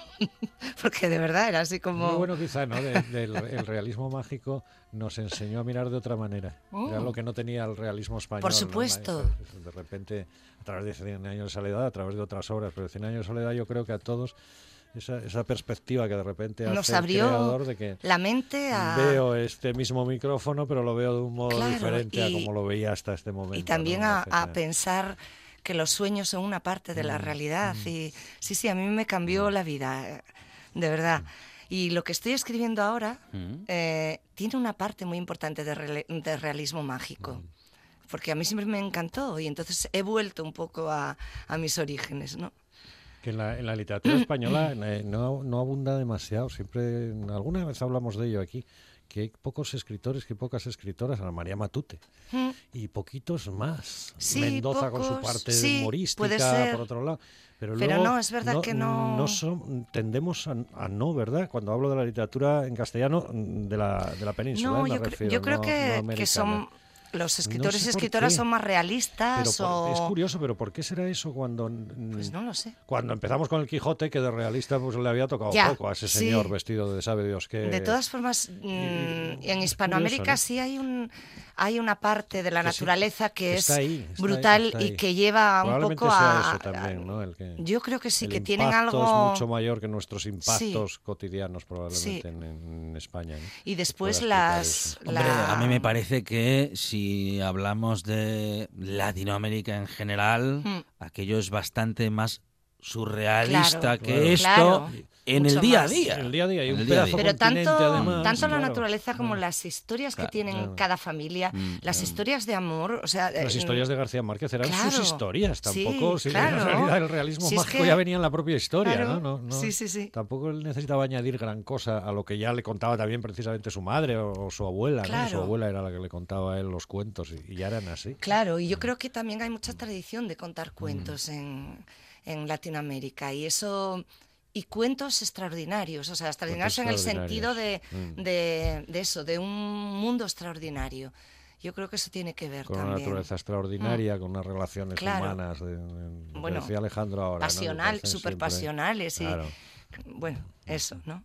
porque de verdad era así como... Muy bueno quizá, ¿no? De, de, el realismo mágico nos enseñó a mirar de otra manera. Oh. Era lo que no tenía el realismo español. Por supuesto. ¿no? De repente, a través de Cien años de soledad, a través de otras obras, pero Cien años de soledad yo creo que a todos... Esa, esa perspectiva que de repente nos hace abrió el creador de que la mente a... veo este mismo micrófono, pero lo veo de un modo claro, diferente y, a como lo veía hasta este momento. Y también ¿no? a, a pensar que los sueños son una parte de la mm, realidad. Mm. Y sí, sí, a mí me cambió mm. la vida, de verdad. Mm. Y lo que estoy escribiendo ahora mm. eh, tiene una parte muy importante de, re, de realismo mágico. Mm. Porque a mí siempre me encantó y entonces he vuelto un poco a, a mis orígenes, ¿no? Que en la, en la literatura española eh, no, no abunda demasiado. Siempre, alguna vez hablamos de ello aquí, que hay pocos escritores, que hay pocas escritoras, Ana María Matute, mm. y poquitos más. Sí, Mendoza pocos, con su parte sí, humorística, por otro lado. Pero, Pero luego, no, es verdad no, que no... no son, tendemos a, a no, ¿verdad? Cuando hablo de la literatura en castellano de la, de la península, no, eh, me yo, refiero, yo creo no, que, no que son... Los escritores no y escritoras qué. son más realistas pero por, o... Es curioso, pero ¿por qué será eso cuando... Pues no lo sé. Cuando empezamos con el Quijote, que de realista pues le había tocado ya, poco a ese sí. señor vestido de sabe Dios qué... De todas formas, mmm, y, en Hispanoamérica curioso, ¿no? sí hay un hay una parte de la que naturaleza sí, que, que es ahí, brutal ahí, y que lleva un poco sea a... Eso también, ¿no? El que, yo creo que sí, el que tienen algo... es mucho mayor que nuestros impactos sí. cotidianos probablemente sí. en, en España. ¿no? Y después las... La... Hombre, a mí me parece que si hablamos de Latinoamérica en general, hmm. aquello es bastante más surrealista claro, que claro, esto claro. en Mucho el día más. a día. En el día a día. Y un el día a día. Pero tanto, además, tanto claro, la naturaleza como claro. las historias claro, que tienen claro. cada familia, mm, las claro. historias de amor, o sea... Las eh, historias de García Márquez eran claro, sus historias, tampoco... Sí, sí, claro. En realidad el realismo si mágico es que, ya venía en la propia historia, claro, ¿no? No, no sí, sí, sí. Tampoco él necesitaba añadir gran cosa a lo que ya le contaba también precisamente su madre o, o su abuela, claro. ¿no? Su abuela era la que le contaba a él los cuentos y, y ya eran así. Claro, y yo creo que también hay mucha tradición de contar cuentos mm. en, en Latinoamérica y eso... Y cuentos extraordinarios, o sea, extraordinarios en el sentido de, mm. de, de eso, de un mundo extraordinario. Yo creo que eso tiene que ver con también. Con una naturaleza extraordinaria, mm. con unas relaciones claro. humanas, de, de, bueno, decía Alejandro ahora. Pasional, ¿no? súper pasionales. Y, claro. Bueno, eso, ¿no?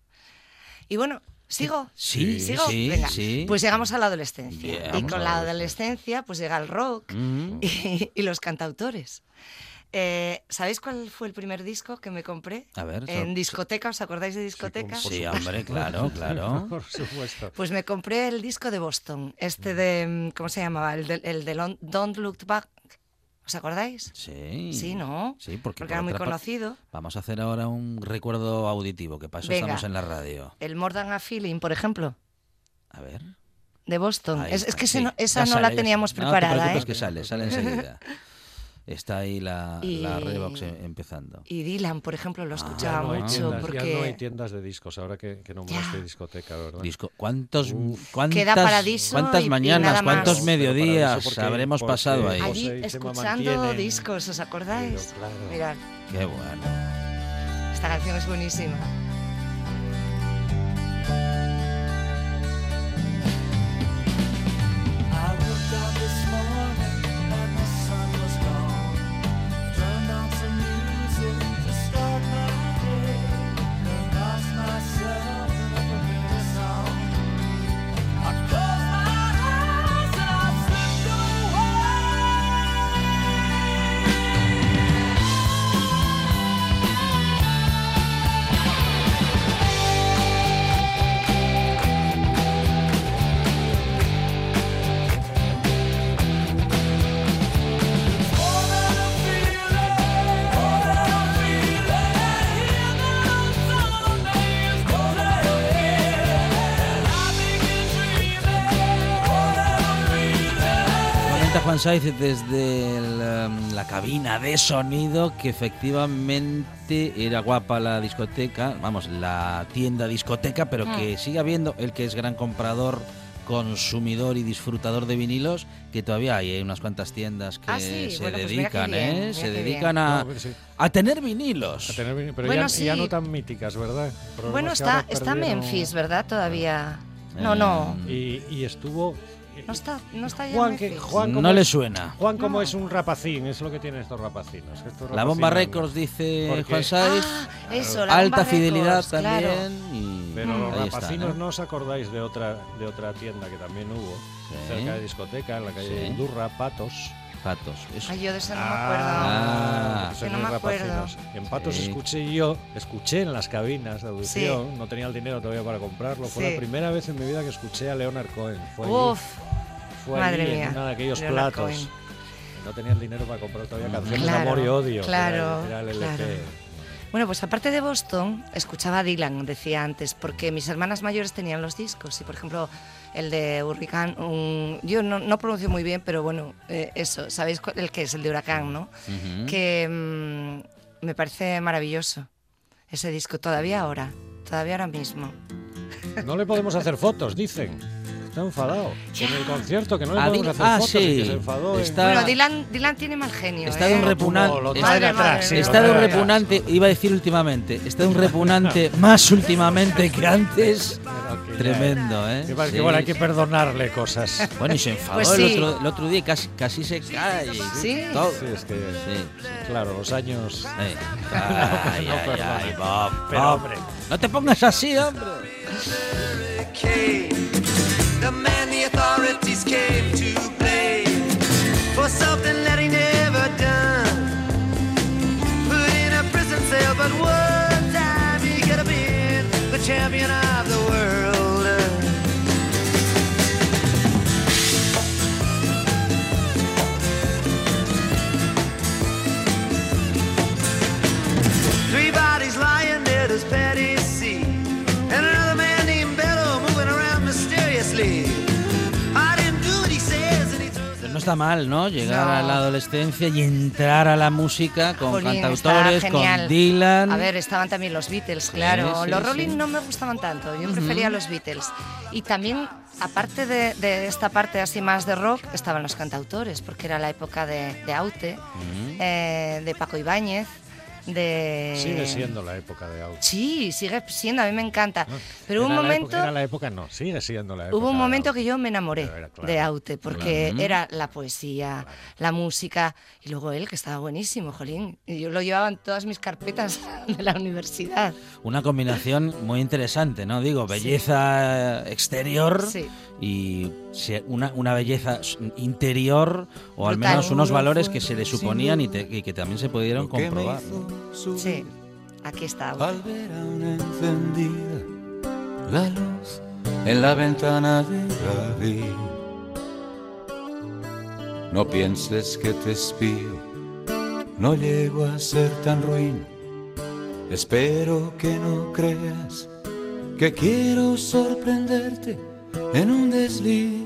Y bueno, ¿sigo? Sí, ¿Sigo? sí, Venga, sí. pues llegamos a la adolescencia. Yeah, y con la adolescencia, pues llega el rock mm. y, y los cantautores. Eh, ¿Sabéis cuál fue el primer disco que me compré? A ver, en discoteca, ¿os acordáis de discoteca? Sí, sí, hombre, claro, claro. Por supuesto. Pues me compré el disco de Boston, este de, ¿cómo se llamaba? El de, el de Don't Look Back. ¿Os acordáis? Sí. Sí, ¿no? Sí, porque, porque era muy conocido. Vamos a hacer ahora un recuerdo auditivo, que para eso Venga, estamos en la radio. El More Than a Feeling, por ejemplo. A ver. De Boston. Es, es que sí, ese no, esa no sale, la teníamos preparada, no te preocupes ¿eh? que sale, sale enseguida. Está ahí la, y, la Revox empezando. Y Dylan, por ejemplo, lo escuchaba ah, no mucho. Tiendas, porque... Ya no hay tiendas de discos, ahora que, que nombraste discoteca, ¿verdad? Disco. ¿Cuántos, cuántas, Queda Paradiso ¿Cuántas y, mañanas, y cuántos más. mediodías porque, habremos porque pasado ahí? Allí José escuchando mantienen... discos, ¿os acordáis? Pero, claro. Mirad. Qué bueno. Esta canción es buenísima. cuenta Juan Saiz desde el, um, la cabina de sonido que efectivamente era guapa la discoteca, vamos, la tienda discoteca, pero mm. que sigue habiendo, el que es gran comprador, consumidor y disfrutador de vinilos, que todavía hay, hay unas cuantas tiendas que ah, sí. se bueno, dedican, pues bien, ¿eh? Se dedican bien. a, no, sí. a tener vinilos. A tener vinilos, pero bueno, ya, sí. ya no tan míticas, ¿verdad? Bueno, está, está Memphis, ¿verdad? Todavía. No, no. Y, y estuvo... No está, no está ya Juan, que, Juan no le suena. Juan como no. es un rapacín, es lo que tienen estos rapacinos. Estos la Bomba rapacinos, Records, dice porque, Juan Saiz. Ah, eso, la alta Bomba fidelidad Records, también. Claro. Y pero los ahí rapacinos, está, ¿no? ¿no os acordáis de otra de otra tienda que también hubo? Sí. Cerca de discoteca, en la calle Sí. Indurra, Patos. Patos. Eso. Ay, yo de eso no me Ah, acuerdo. Ah, esos que no me acuerdo. rapacinos. En Patos Sí. escuché yo, escuché en las cabinas de audición, no tenía el dinero todavía para comprarlo. Fue Sí. la primera vez en mi vida que escuché a Leonard Cohen. Fue allí. Uf, Fue madre allí mía, en uno de aquellos Leonard platos. Cohen. No tenía el dinero para comprar todavía canciones Claro, de amor y odio. claro, Era, era el L P. claro. Bueno, pues aparte de Boston, escuchaba a Dylan, decía antes, porque mis hermanas mayores tenían los discos. Y por ejemplo, el de Hurricane, un, yo no, no pronuncio muy bien, pero bueno, eh, eso, ¿sabéis cuál- el que es? El de Huracán, ¿no? Uh-huh. Que mmm, me parece maravilloso ese disco, todavía ahora, todavía ahora mismo. No le podemos hacer fotos, dicen. Está enfadado. En el concierto, que no le Ah, podemos Dylan- hacer ah, fotos sí. y que se enfadó. en- Está- Bueno, Dylan, Dylan tiene mal genio. Está ¿eh? de un repugnante. Lo está- trae de Madre, atrás, madre sí, mía. lo Está de un trae de atrás. repugnante, iba a decir últimamente, está de un repugnante más últimamente que antes. Pero que ya- Tremendo, ¿eh? Que pasa que, Sí. bueno, hay que perdonarle cosas. Bueno, y se enfadó Pues el, sí. otro, el otro día, casi, casi se cae. Sí. Todo. Sí, es que, Sí, sí. claro, los años... Sí. Ay, No, ay, perdona. ay, Bob, Pero, Bob. hombre. No te pongas así, hombre. The man the authorities came to blame for something that he never done. Put in a prison cell, but one time he could have been the champion of the world. Three bodies lying dead as Patty C. And another man named Bello moving around mysteriously. I didn't do what he says and he throws No está mal, ¿no? Llegar No. a la adolescencia y entrar a la música con Jolín, cantautores, está con genial. Dylan. A ver, estaban también los Beatles, claro. sí, los sí. Rolling no me gustaban tanto, yo prefería los Beatles. Y también, aparte de, de esta parte así más de rock, estaban los cantautores, porque era la época de, de Aute, eh, de Paco Ibáñez, de... Sigue siendo la época de Out. Sí, sigue siendo, a mí me encanta. ¿no? Pero hubo un Era la momento... época- era la época, no, sigue siendo la época. Hubo un de momento Out. que yo me enamoré Pero era claro. de Aute, porque Claro. era la poesía, la música, y luego él, que estaba buenísimo, jolín. Y yo lo llevaba en todas mis carpetas de la universidad. Una combinación muy interesante, ¿no? Digo, belleza exterior Sí. y se- una, una belleza interior, o al Brutal. menos unos valores que se le suponían y, te- y que también se pudieron Lo que me comprobar. hizo subir Sí, aquí está Aute. al ver aún encendida la luz en la ventana de David. No pienses que te espío, no llego a ser tan ruin. Espero que no creas que quiero sorprenderte en un desliz.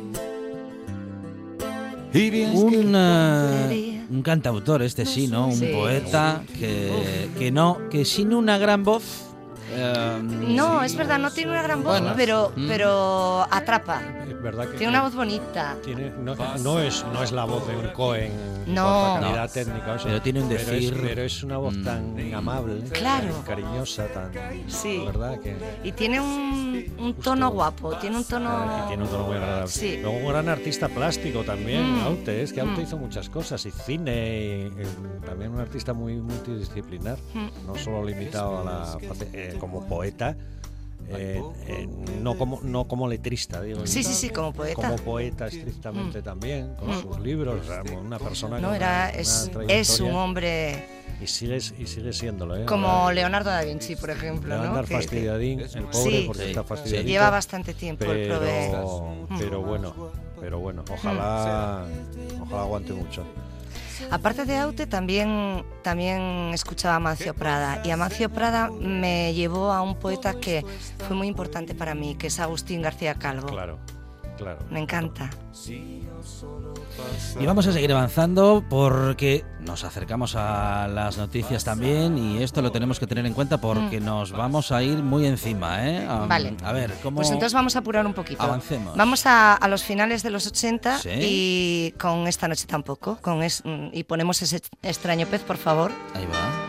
Y bien que Un, eh, un cantautor, este sí, ¿no? Un Sí. poeta que, que no, que sin una gran voz. eh, No, es verdad, no tiene una gran voz, Bueno. pero, Mm. pero atrapa. Es verdad que Tiene una voz bonita. tiene- no, no es, no es la voz de un Cohen en No. cuanto a calidad No. técnica, o sea, Pero tiene un pero es- decir- Pero es, una voz tan amable, Claro. tan cariñosa, tan. Sí. ¿Verdad? Que, Y tiene un, un tono guapo, tiene un tono... que tiene un tono muy agradable. Sí. Luego un gran artista plástico también, Mm. Aute. Es que Aute Mm. hizo muchas cosas, y cine, y, eh, también un artista muy multidisciplinar, Mm. no solo limitado a la face- eh, como poeta. eh, eh, no como no como letrista, digo. Sí, sí, sí, como poeta. Como poeta estrictamente Mm. también, con Mm. sus libros, o sea, una persona No, con era, una, una es, es trayectoria, un hombre y sigue y sigue siéndolo, ¿eh? como Ahora, Leonardo da Vinci, por ejemplo, le va a ¿no? andar Que- fastidiadín, el pobre, Sí. porque Sí, está sí. fastidiadito. Lleva bastante tiempo el prove. pero, Mm. pero bueno, pero bueno, ojalá, ojalá aguante mucho. Aparte de Aute, también, también escuchaba a Amancio Prada. Y Amancio Prada me llevó a un poeta que fue muy importante para mí, que es Agustín García Calvo. Claro, claro. Me encanta. Y vamos a seguir avanzando porque nos acercamos a las noticias también y esto lo tenemos que tener en cuenta porque mm. nos vamos a ir muy encima, ¿eh? Um, vale. A ver, ¿cómo...? Pues entonces vamos a apurar un poquito. Avancemos. Vamos a, a los finales de los ochenta, ¿sí? Y con Esta noche tampoco. Con es, y ponemos ese extraño pez, por favor. Ahí va.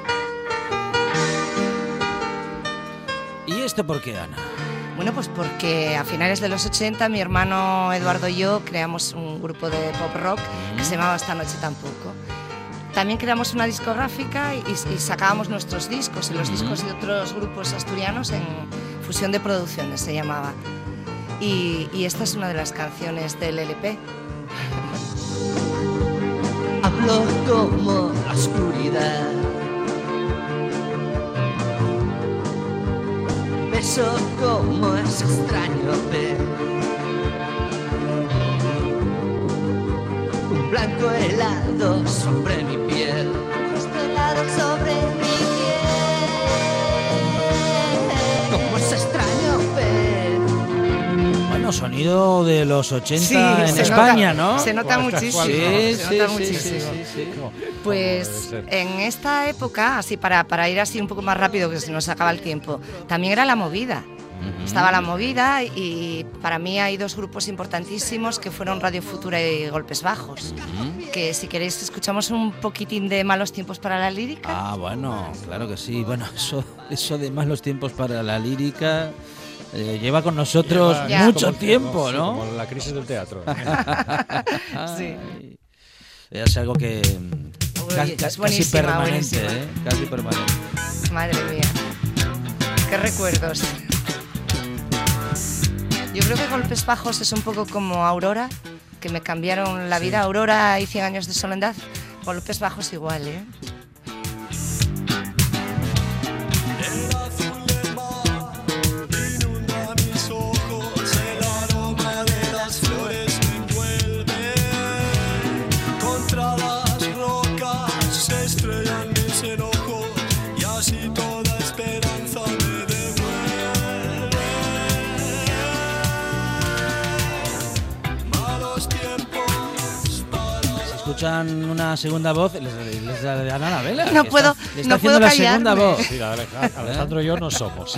¿Y esto por qué, Ana? Bueno, pues porque a finales de los ochenta mi hermano Eduardo y yo creamos un grupo de pop rock mm. que se llamaba Esta noche tampoco. También creamos una discográfica y, y sacábamos nuestros discos y los mm. discos de otros grupos asturianos en Fusión de Producciones se llamaba. Y, y esta es una de las canciones del L P. Hablo como la oscuridad, beso como ese extraño pez, un blanco helado sobre mi piel, justo helado sobre mi piel, como ese extraño pez. Bueno, sonido de los ochenta sí, en España, nota, ¿no? Se nota bueno, muchísimo. Sí, se sí, nota sí, muchísimo. Sí, sí, sí. Pues en esta época, así para, para ir así un poco más rápido, que se nos acaba el tiempo, también era la movida. Uh-huh. Estaba la movida y para mí hay dos grupos importantísimos que fueron Radio Futura y Golpes Bajos. Uh-huh. Que si queréis escuchamos un poquitín de Malos tiempos para la lírica. Ah, bueno, claro que sí. Bueno, eso, eso de Malos tiempos para la lírica... Eh, lleva con nosotros lleva, mucho como, tiempo, sí, ¿no? Como la crisis del teatro. Sí. Es algo que Uy, casi, es casi permanente, ¿eh? Casi permanente. Madre mía, qué recuerdos. Yo creo que Golpes Bajos es un poco como Aurora, que me cambiaron la vida. Sí. Aurora y cien años de soledad. Golpes Bajos igual, ¿eh? Escuchan una segunda voz, les, les da la Vela. No puedo, está, está no puedo la callarme. segunda voz. Sí, Alejandro y yo no somos.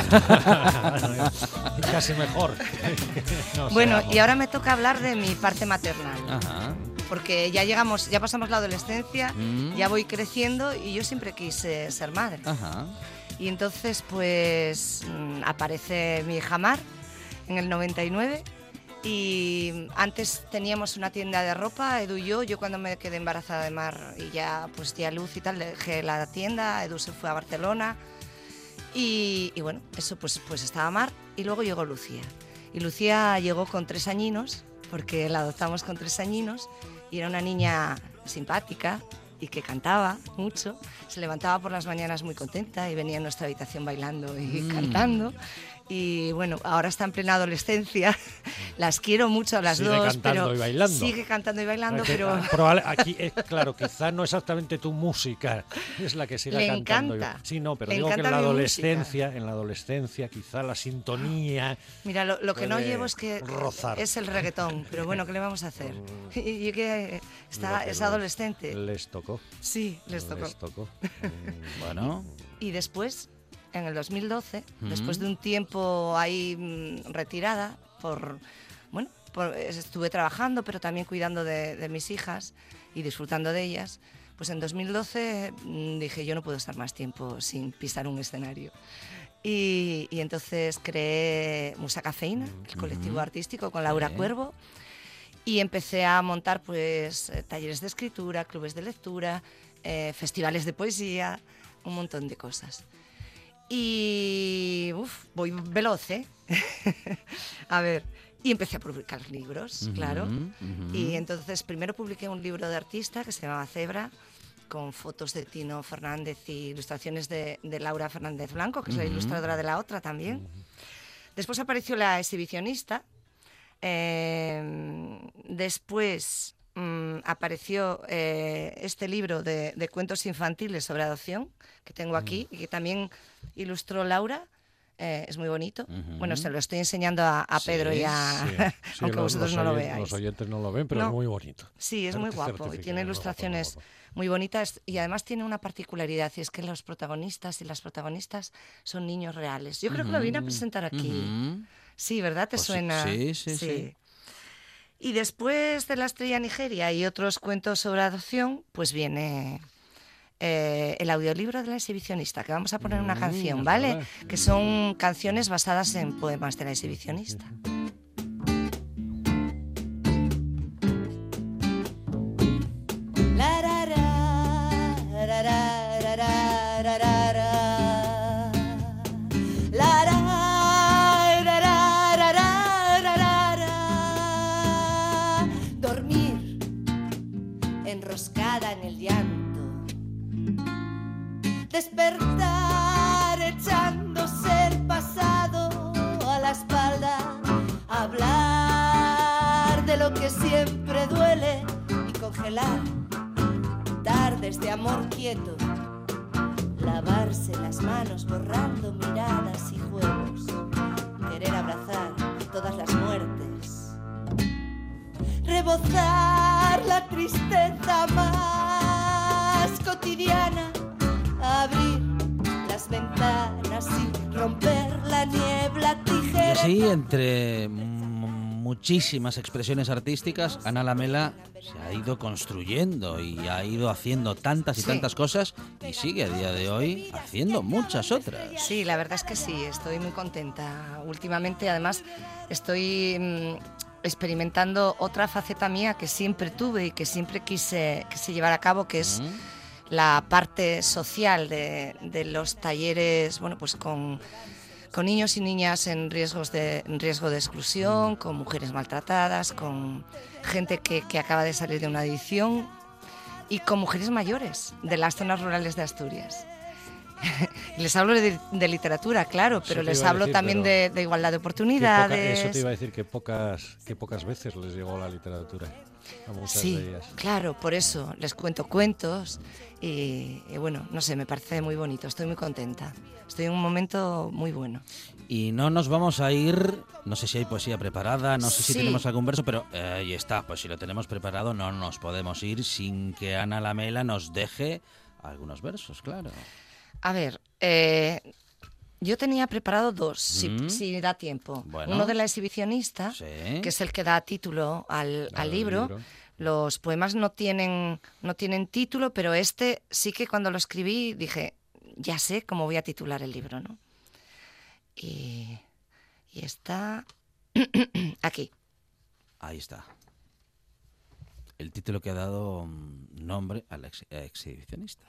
Casi mejor. No bueno, seamos. Y ahora me toca hablar de mi parte maternal. Ajá. Porque ya llegamos, ya pasamos la adolescencia, mm. ya voy creciendo y yo siempre quise ser madre. Ajá. Y entonces, pues, aparece mi hija Mar en el noventa y nueve. Y antes teníamos una tienda de ropa, Edu y yo, yo cuando me quedé embarazada de Mar y ya pues di a luz y tal, dejé la tienda, Edu se fue a Barcelona y, y bueno, eso pues, pues estaba Mar y luego llegó Lucía. Y Lucía llegó con tres añinos, porque la adoptamos con tres añinos y era una niña simpática y que cantaba mucho, se levantaba por las mañanas muy contenta y venía a nuestra habitación bailando y mm. cantando. Y bueno, ahora está en plena adolescencia, las quiero mucho a las sigue dos, cantando pero y bailando. sigue cantando y bailando, es que, pero... Probable, aquí, es, claro, quizá no exactamente tu música es la que siga le cantando. encanta. Sí, no, pero le digo que en la adolescencia, música. en la adolescencia, quizá la sintonía... Mira, lo, lo que no llevo es que rozar. Es el reggaetón, pero bueno, ¿qué le vamos a hacer? Y que está, es adolescente. Les tocó. Sí, les tocó. Les tocó. Bueno. Y después... En el dos mil doce, uh-huh. después de un tiempo ahí mmm, retirada, por bueno, por, estuve trabajando, pero también cuidando de, de mis hijas y disfrutando de ellas, pues en dos mil doce mmm, dije, yo no puedo estar más tiempo sin pisar un escenario. Y, y entonces creé Musa Cafeína, el colectivo uh-huh. artístico, con Laura sí. Cuervo, y empecé a montar pues talleres de escritura, clubes de lectura, eh, festivales de poesía, un montón de cosas. Y uf, voy veloz, ¿eh? A ver, y empecé a publicar libros, uh-huh, claro. Uh-huh. Y entonces primero publiqué un libro de artista que se llamaba Cebra, con fotos de Tino Fernández y ilustraciones de, de Laura Fernández Blanco, que es uh-huh. la ilustradora de la otra también. Uh-huh. Después apareció La Exhibicionista. Eh, después mmm, apareció eh, este libro de, de cuentos infantiles sobre adopción, que tengo aquí, uh-huh. y que también ilustró Laura, Eh, es muy bonito. Uh-huh. Bueno, se lo estoy enseñando a, a Pedro sí, y a... Sí, sí, aunque los, vosotros los no lo oyen- veáis. Los oyentes no lo ven, pero No. es muy bonito. Sí, es muy guapo y tiene ilustraciones muy bonitas y además tiene una particularidad y es que los protagonistas y las protagonistas son niños reales. Yo creo que lo vine a presentar aquí. Uh-huh. Sí, ¿verdad? ¿Te Pues sí, suena? sí, sí, sí. Y después de La estrella Nigeria y otros cuentos sobre adopción, pues viene eh, el audiolibro de La exhibicionista, que vamos a poner una Mm, canción, es ¿vale? verdad. Que son canciones basadas en poemas de La exhibicionista. La ra ra, ra ra ra ra ra ra ra. La ra ra ra ra ra ra ra ra. Dormir enroscada en el llanto. Despertar echándose el pasado a la espalda. Hablar de lo que siempre duele y congelar tardes de amor quieto, lavarse las manos borrando miradas y juegos, querer abrazar todas las muertes, rebozar la tristeza más cotidiana, abrir las ventanas y romper la niebla Y tijera. así, entre m- muchísimas expresiones artísticas, Ana Lamela se ha ido construyendo y ha ido haciendo tantas y Sí. tantas cosas y sigue a día de hoy haciendo muchas otras. Sí, la verdad es que sí, estoy muy contenta. Últimamente, además, estoy mm, experimentando otra faceta mía que siempre tuve y que siempre quise, quise llevar a cabo, que es Mm. la parte social de, de los talleres, bueno, pues con, con niños y niñas en, riesgos de, en riesgo de exclusión, con mujeres maltratadas, con gente que, que acaba de salir de una adicción y con mujeres mayores de las zonas rurales de Asturias. Les hablo de, de literatura, claro, pero Eso te les iba a hablo decir, también pero de, de igualdad de Que poca- oportunidades. eso te iba a decir que pocas, que pocas veces les llegó la literatura a muchas Sí, de ellas. claro, por eso les cuento cuentos y, y bueno, no sé, me parece muy bonito, estoy muy contenta. Estoy en un momento muy bueno. Y no nos vamos a ir, no sé si hay poesía preparada, no sé si Sí. tenemos algún verso, pero eh, ahí está, pues si lo tenemos preparado no nos podemos ir sin que Ana Lamela nos deje algunos versos, claro. A ver, eh, yo tenía preparado dos, si, Mm. si da tiempo. Bueno. Uno de La exhibicionista, Sí. que es el que da título al, al Al libro. libro. Los poemas no tienen, no tienen título, pero este sí que cuando lo escribí dije, ya sé cómo voy a titular el libro, ¿no? Y, y está aquí. Ahí está. El título que ha dado mm, nombre al ex- exhibicionista.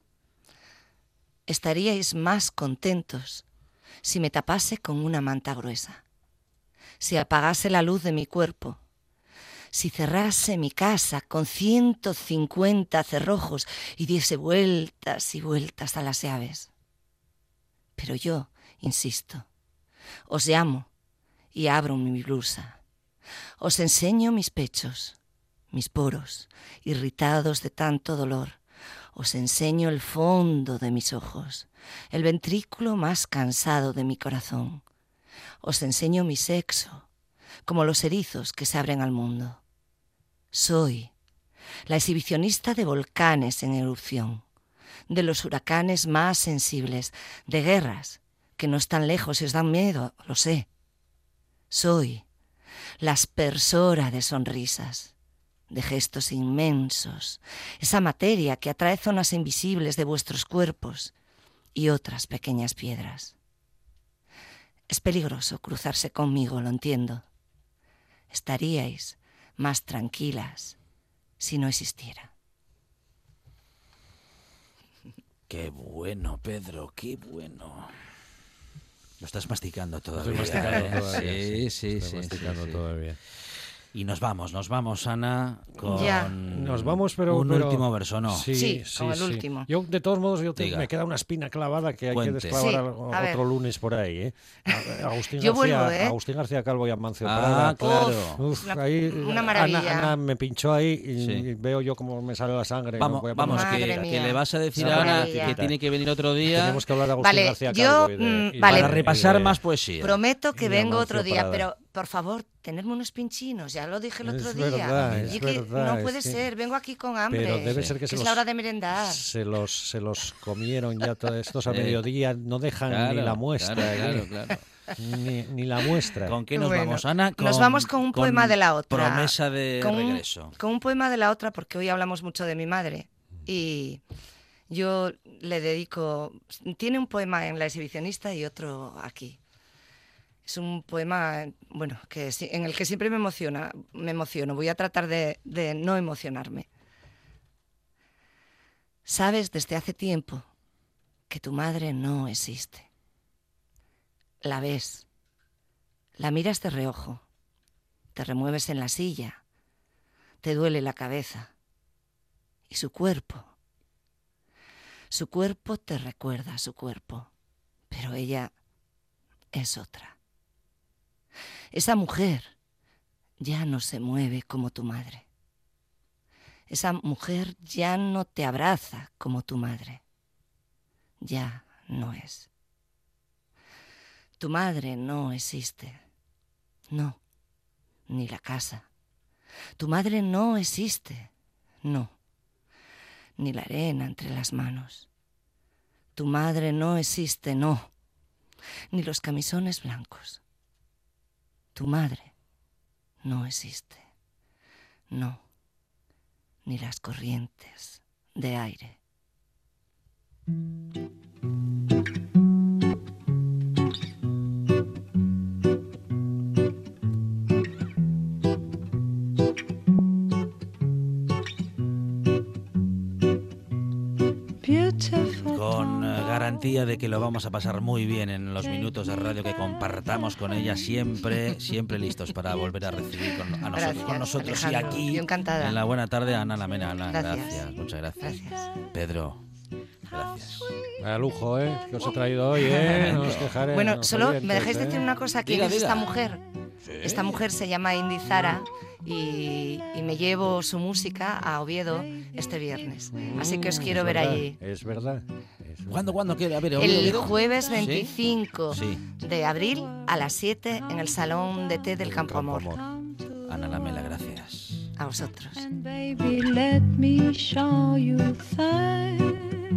Estaríais más contentos si me tapase con una manta gruesa, si apagase la luz de mi cuerpo, si cerrase mi casa con ciento cincuenta cerrojos y diese vueltas y vueltas a las llaves. Pero yo, insisto, os llamo y abro mi blusa, os enseño mis pechos, mis poros, irritados de tanto dolor, os enseño el fondo de mis ojos, el ventrículo más cansado de mi corazón. Os enseño mi sexo, como los erizos que se abren al mundo. Soy la exhibicionista de volcanes en erupción, de los huracanes más sensibles, de guerras que no están lejos y os dan miedo, lo sé. Soy la aspersora de sonrisas, de gestos inmensos, esa materia que atrae zonas invisibles de vuestros cuerpos y otras pequeñas piedras. Es peligroso cruzarse conmigo, lo entiendo. Estaríais más tranquilas si no existiera. Qué bueno, Pedro, qué bueno. Lo estás masticando todavía. Estoy masticando ¿eh? todavía, Sí, sí, Estoy sí. masticando sí, sí. todavía. Y nos vamos, nos vamos, Ana, con ya. Nos vamos, pero, un pero... último verso, ¿no? Sí, sí, con el sí. último. Yo, de todos modos, yo te... Diga. me queda una espina clavada que hay Cuente. que desclavar Sí, otro ver. lunes por ahí, ¿eh? Agustín, yo García, vuelvo, ¿eh? Agustín García Calvo y Amancio Ah, Prada. claro. Uf, La, ahí, una maravilla. Ana, Ana me pinchó ahí y, Sí. y veo yo cómo me sale la sangre. Vamos, no vamos Madre que, mía. que le vas a decir Esa a Ana maravilla. que tiene que venir otro día Tenemos que hablar de Agustín Vale, García yo, Calvo y de, mm, y de- vale. para repasar y de- más poesía. Prometo que Y vengo Amancio otro día, Prada. pero por favor, tenerme unos pinchinos, ya lo dije el Es otro día. verdad, es y que verdad, no puede es que- ser, vengo aquí con hambre. Pero debe Sí. ser que, que se es los, la hora de merendar. se los se los comieron ya todos estos a Sí. mediodía, no dejan Claro, ni la muestra, claro, aquí. claro, claro. Ni, ni la muestra. ¿Con qué nos Bueno, vamos, Ana? nos vamos con un poema de la otra. Promesa de con un- regreso. con un poema de la otra, porque hoy hablamos mucho de mi madre. Y yo le dedico... Tiene un poema en La Exhibicionista y otro aquí. Es un poema, bueno, que sí- en el que siempre me emociona, me emociono. Voy a tratar de, de no emocionarme. Sabes desde hace tiempo que tu madre no existe. La ves, la miras de reojo, te remueves en la silla, te duele la cabeza y su cuerpo. Su cuerpo te recuerda a su cuerpo, pero ella es otra. Esa mujer ya no se mueve como tu madre. Esa mujer ya no te abraza como tu madre. Ya no es. Tu madre no existe. No, ni la casa. Tu madre no existe. No, ni la arena entre las manos. Tu madre no existe, no, ni los camisones blancos. Tu madre no existe. No, ni las corrientes de aire. Con eh, garantía de que lo vamos a pasar muy bien en los minutos de radio que compartamos con ella, siempre, siempre listos para volver a recibir con, a nosotros, Gracias, con nosotros y Alejandro. aquí Yo encantada. en la buena tarde Ana Lamena. Ana, Gracias. gracias, muchas gracias. Gracias. Pedro, gracias. A lujo, ¿eh? Que os he traído hoy, ¿eh? No os quejaré. Bueno, los solo oyentes, me dejáis ¿eh? decir una cosa. ¿Quién Diga, es diga. esta mujer? Sí. Esta mujer se llama Indy Zara y, y me llevo su música a Oviedo este viernes. Así que os quiero Es ver verdad, allí. Es verdad. es verdad. ¿Cuándo, cuándo quiere? A ver, ¿Oviedo, El Oviedo? jueves ¿Sí? veinticinco Sí. de abril a las siete en el Salón de Té del El Campo Amor. Ana Lamela, gracias. A vosotros. And baby, let me show you things.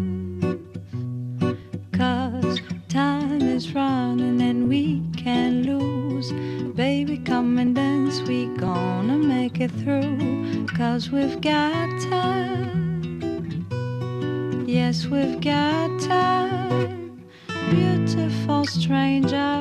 Cause time is running and we can't lose. Baby, come and dance, we gonna make it through. Cause we've got time. Yes, we've got time. Beautiful stranger.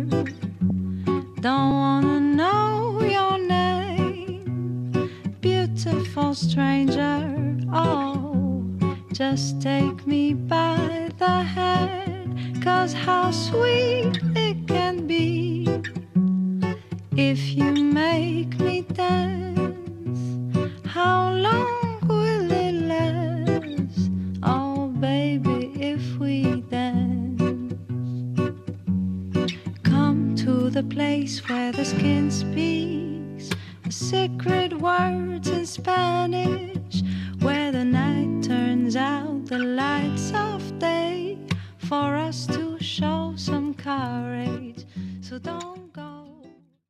Don't wanna know your name. Beautiful stranger, oh, just take me by the hand. Cause how sweet it can be if you make me dance. How long will it last? Oh, baby, if we dance. Come to the place where the skin speaks secret words in Spanish, where the night turns out the light.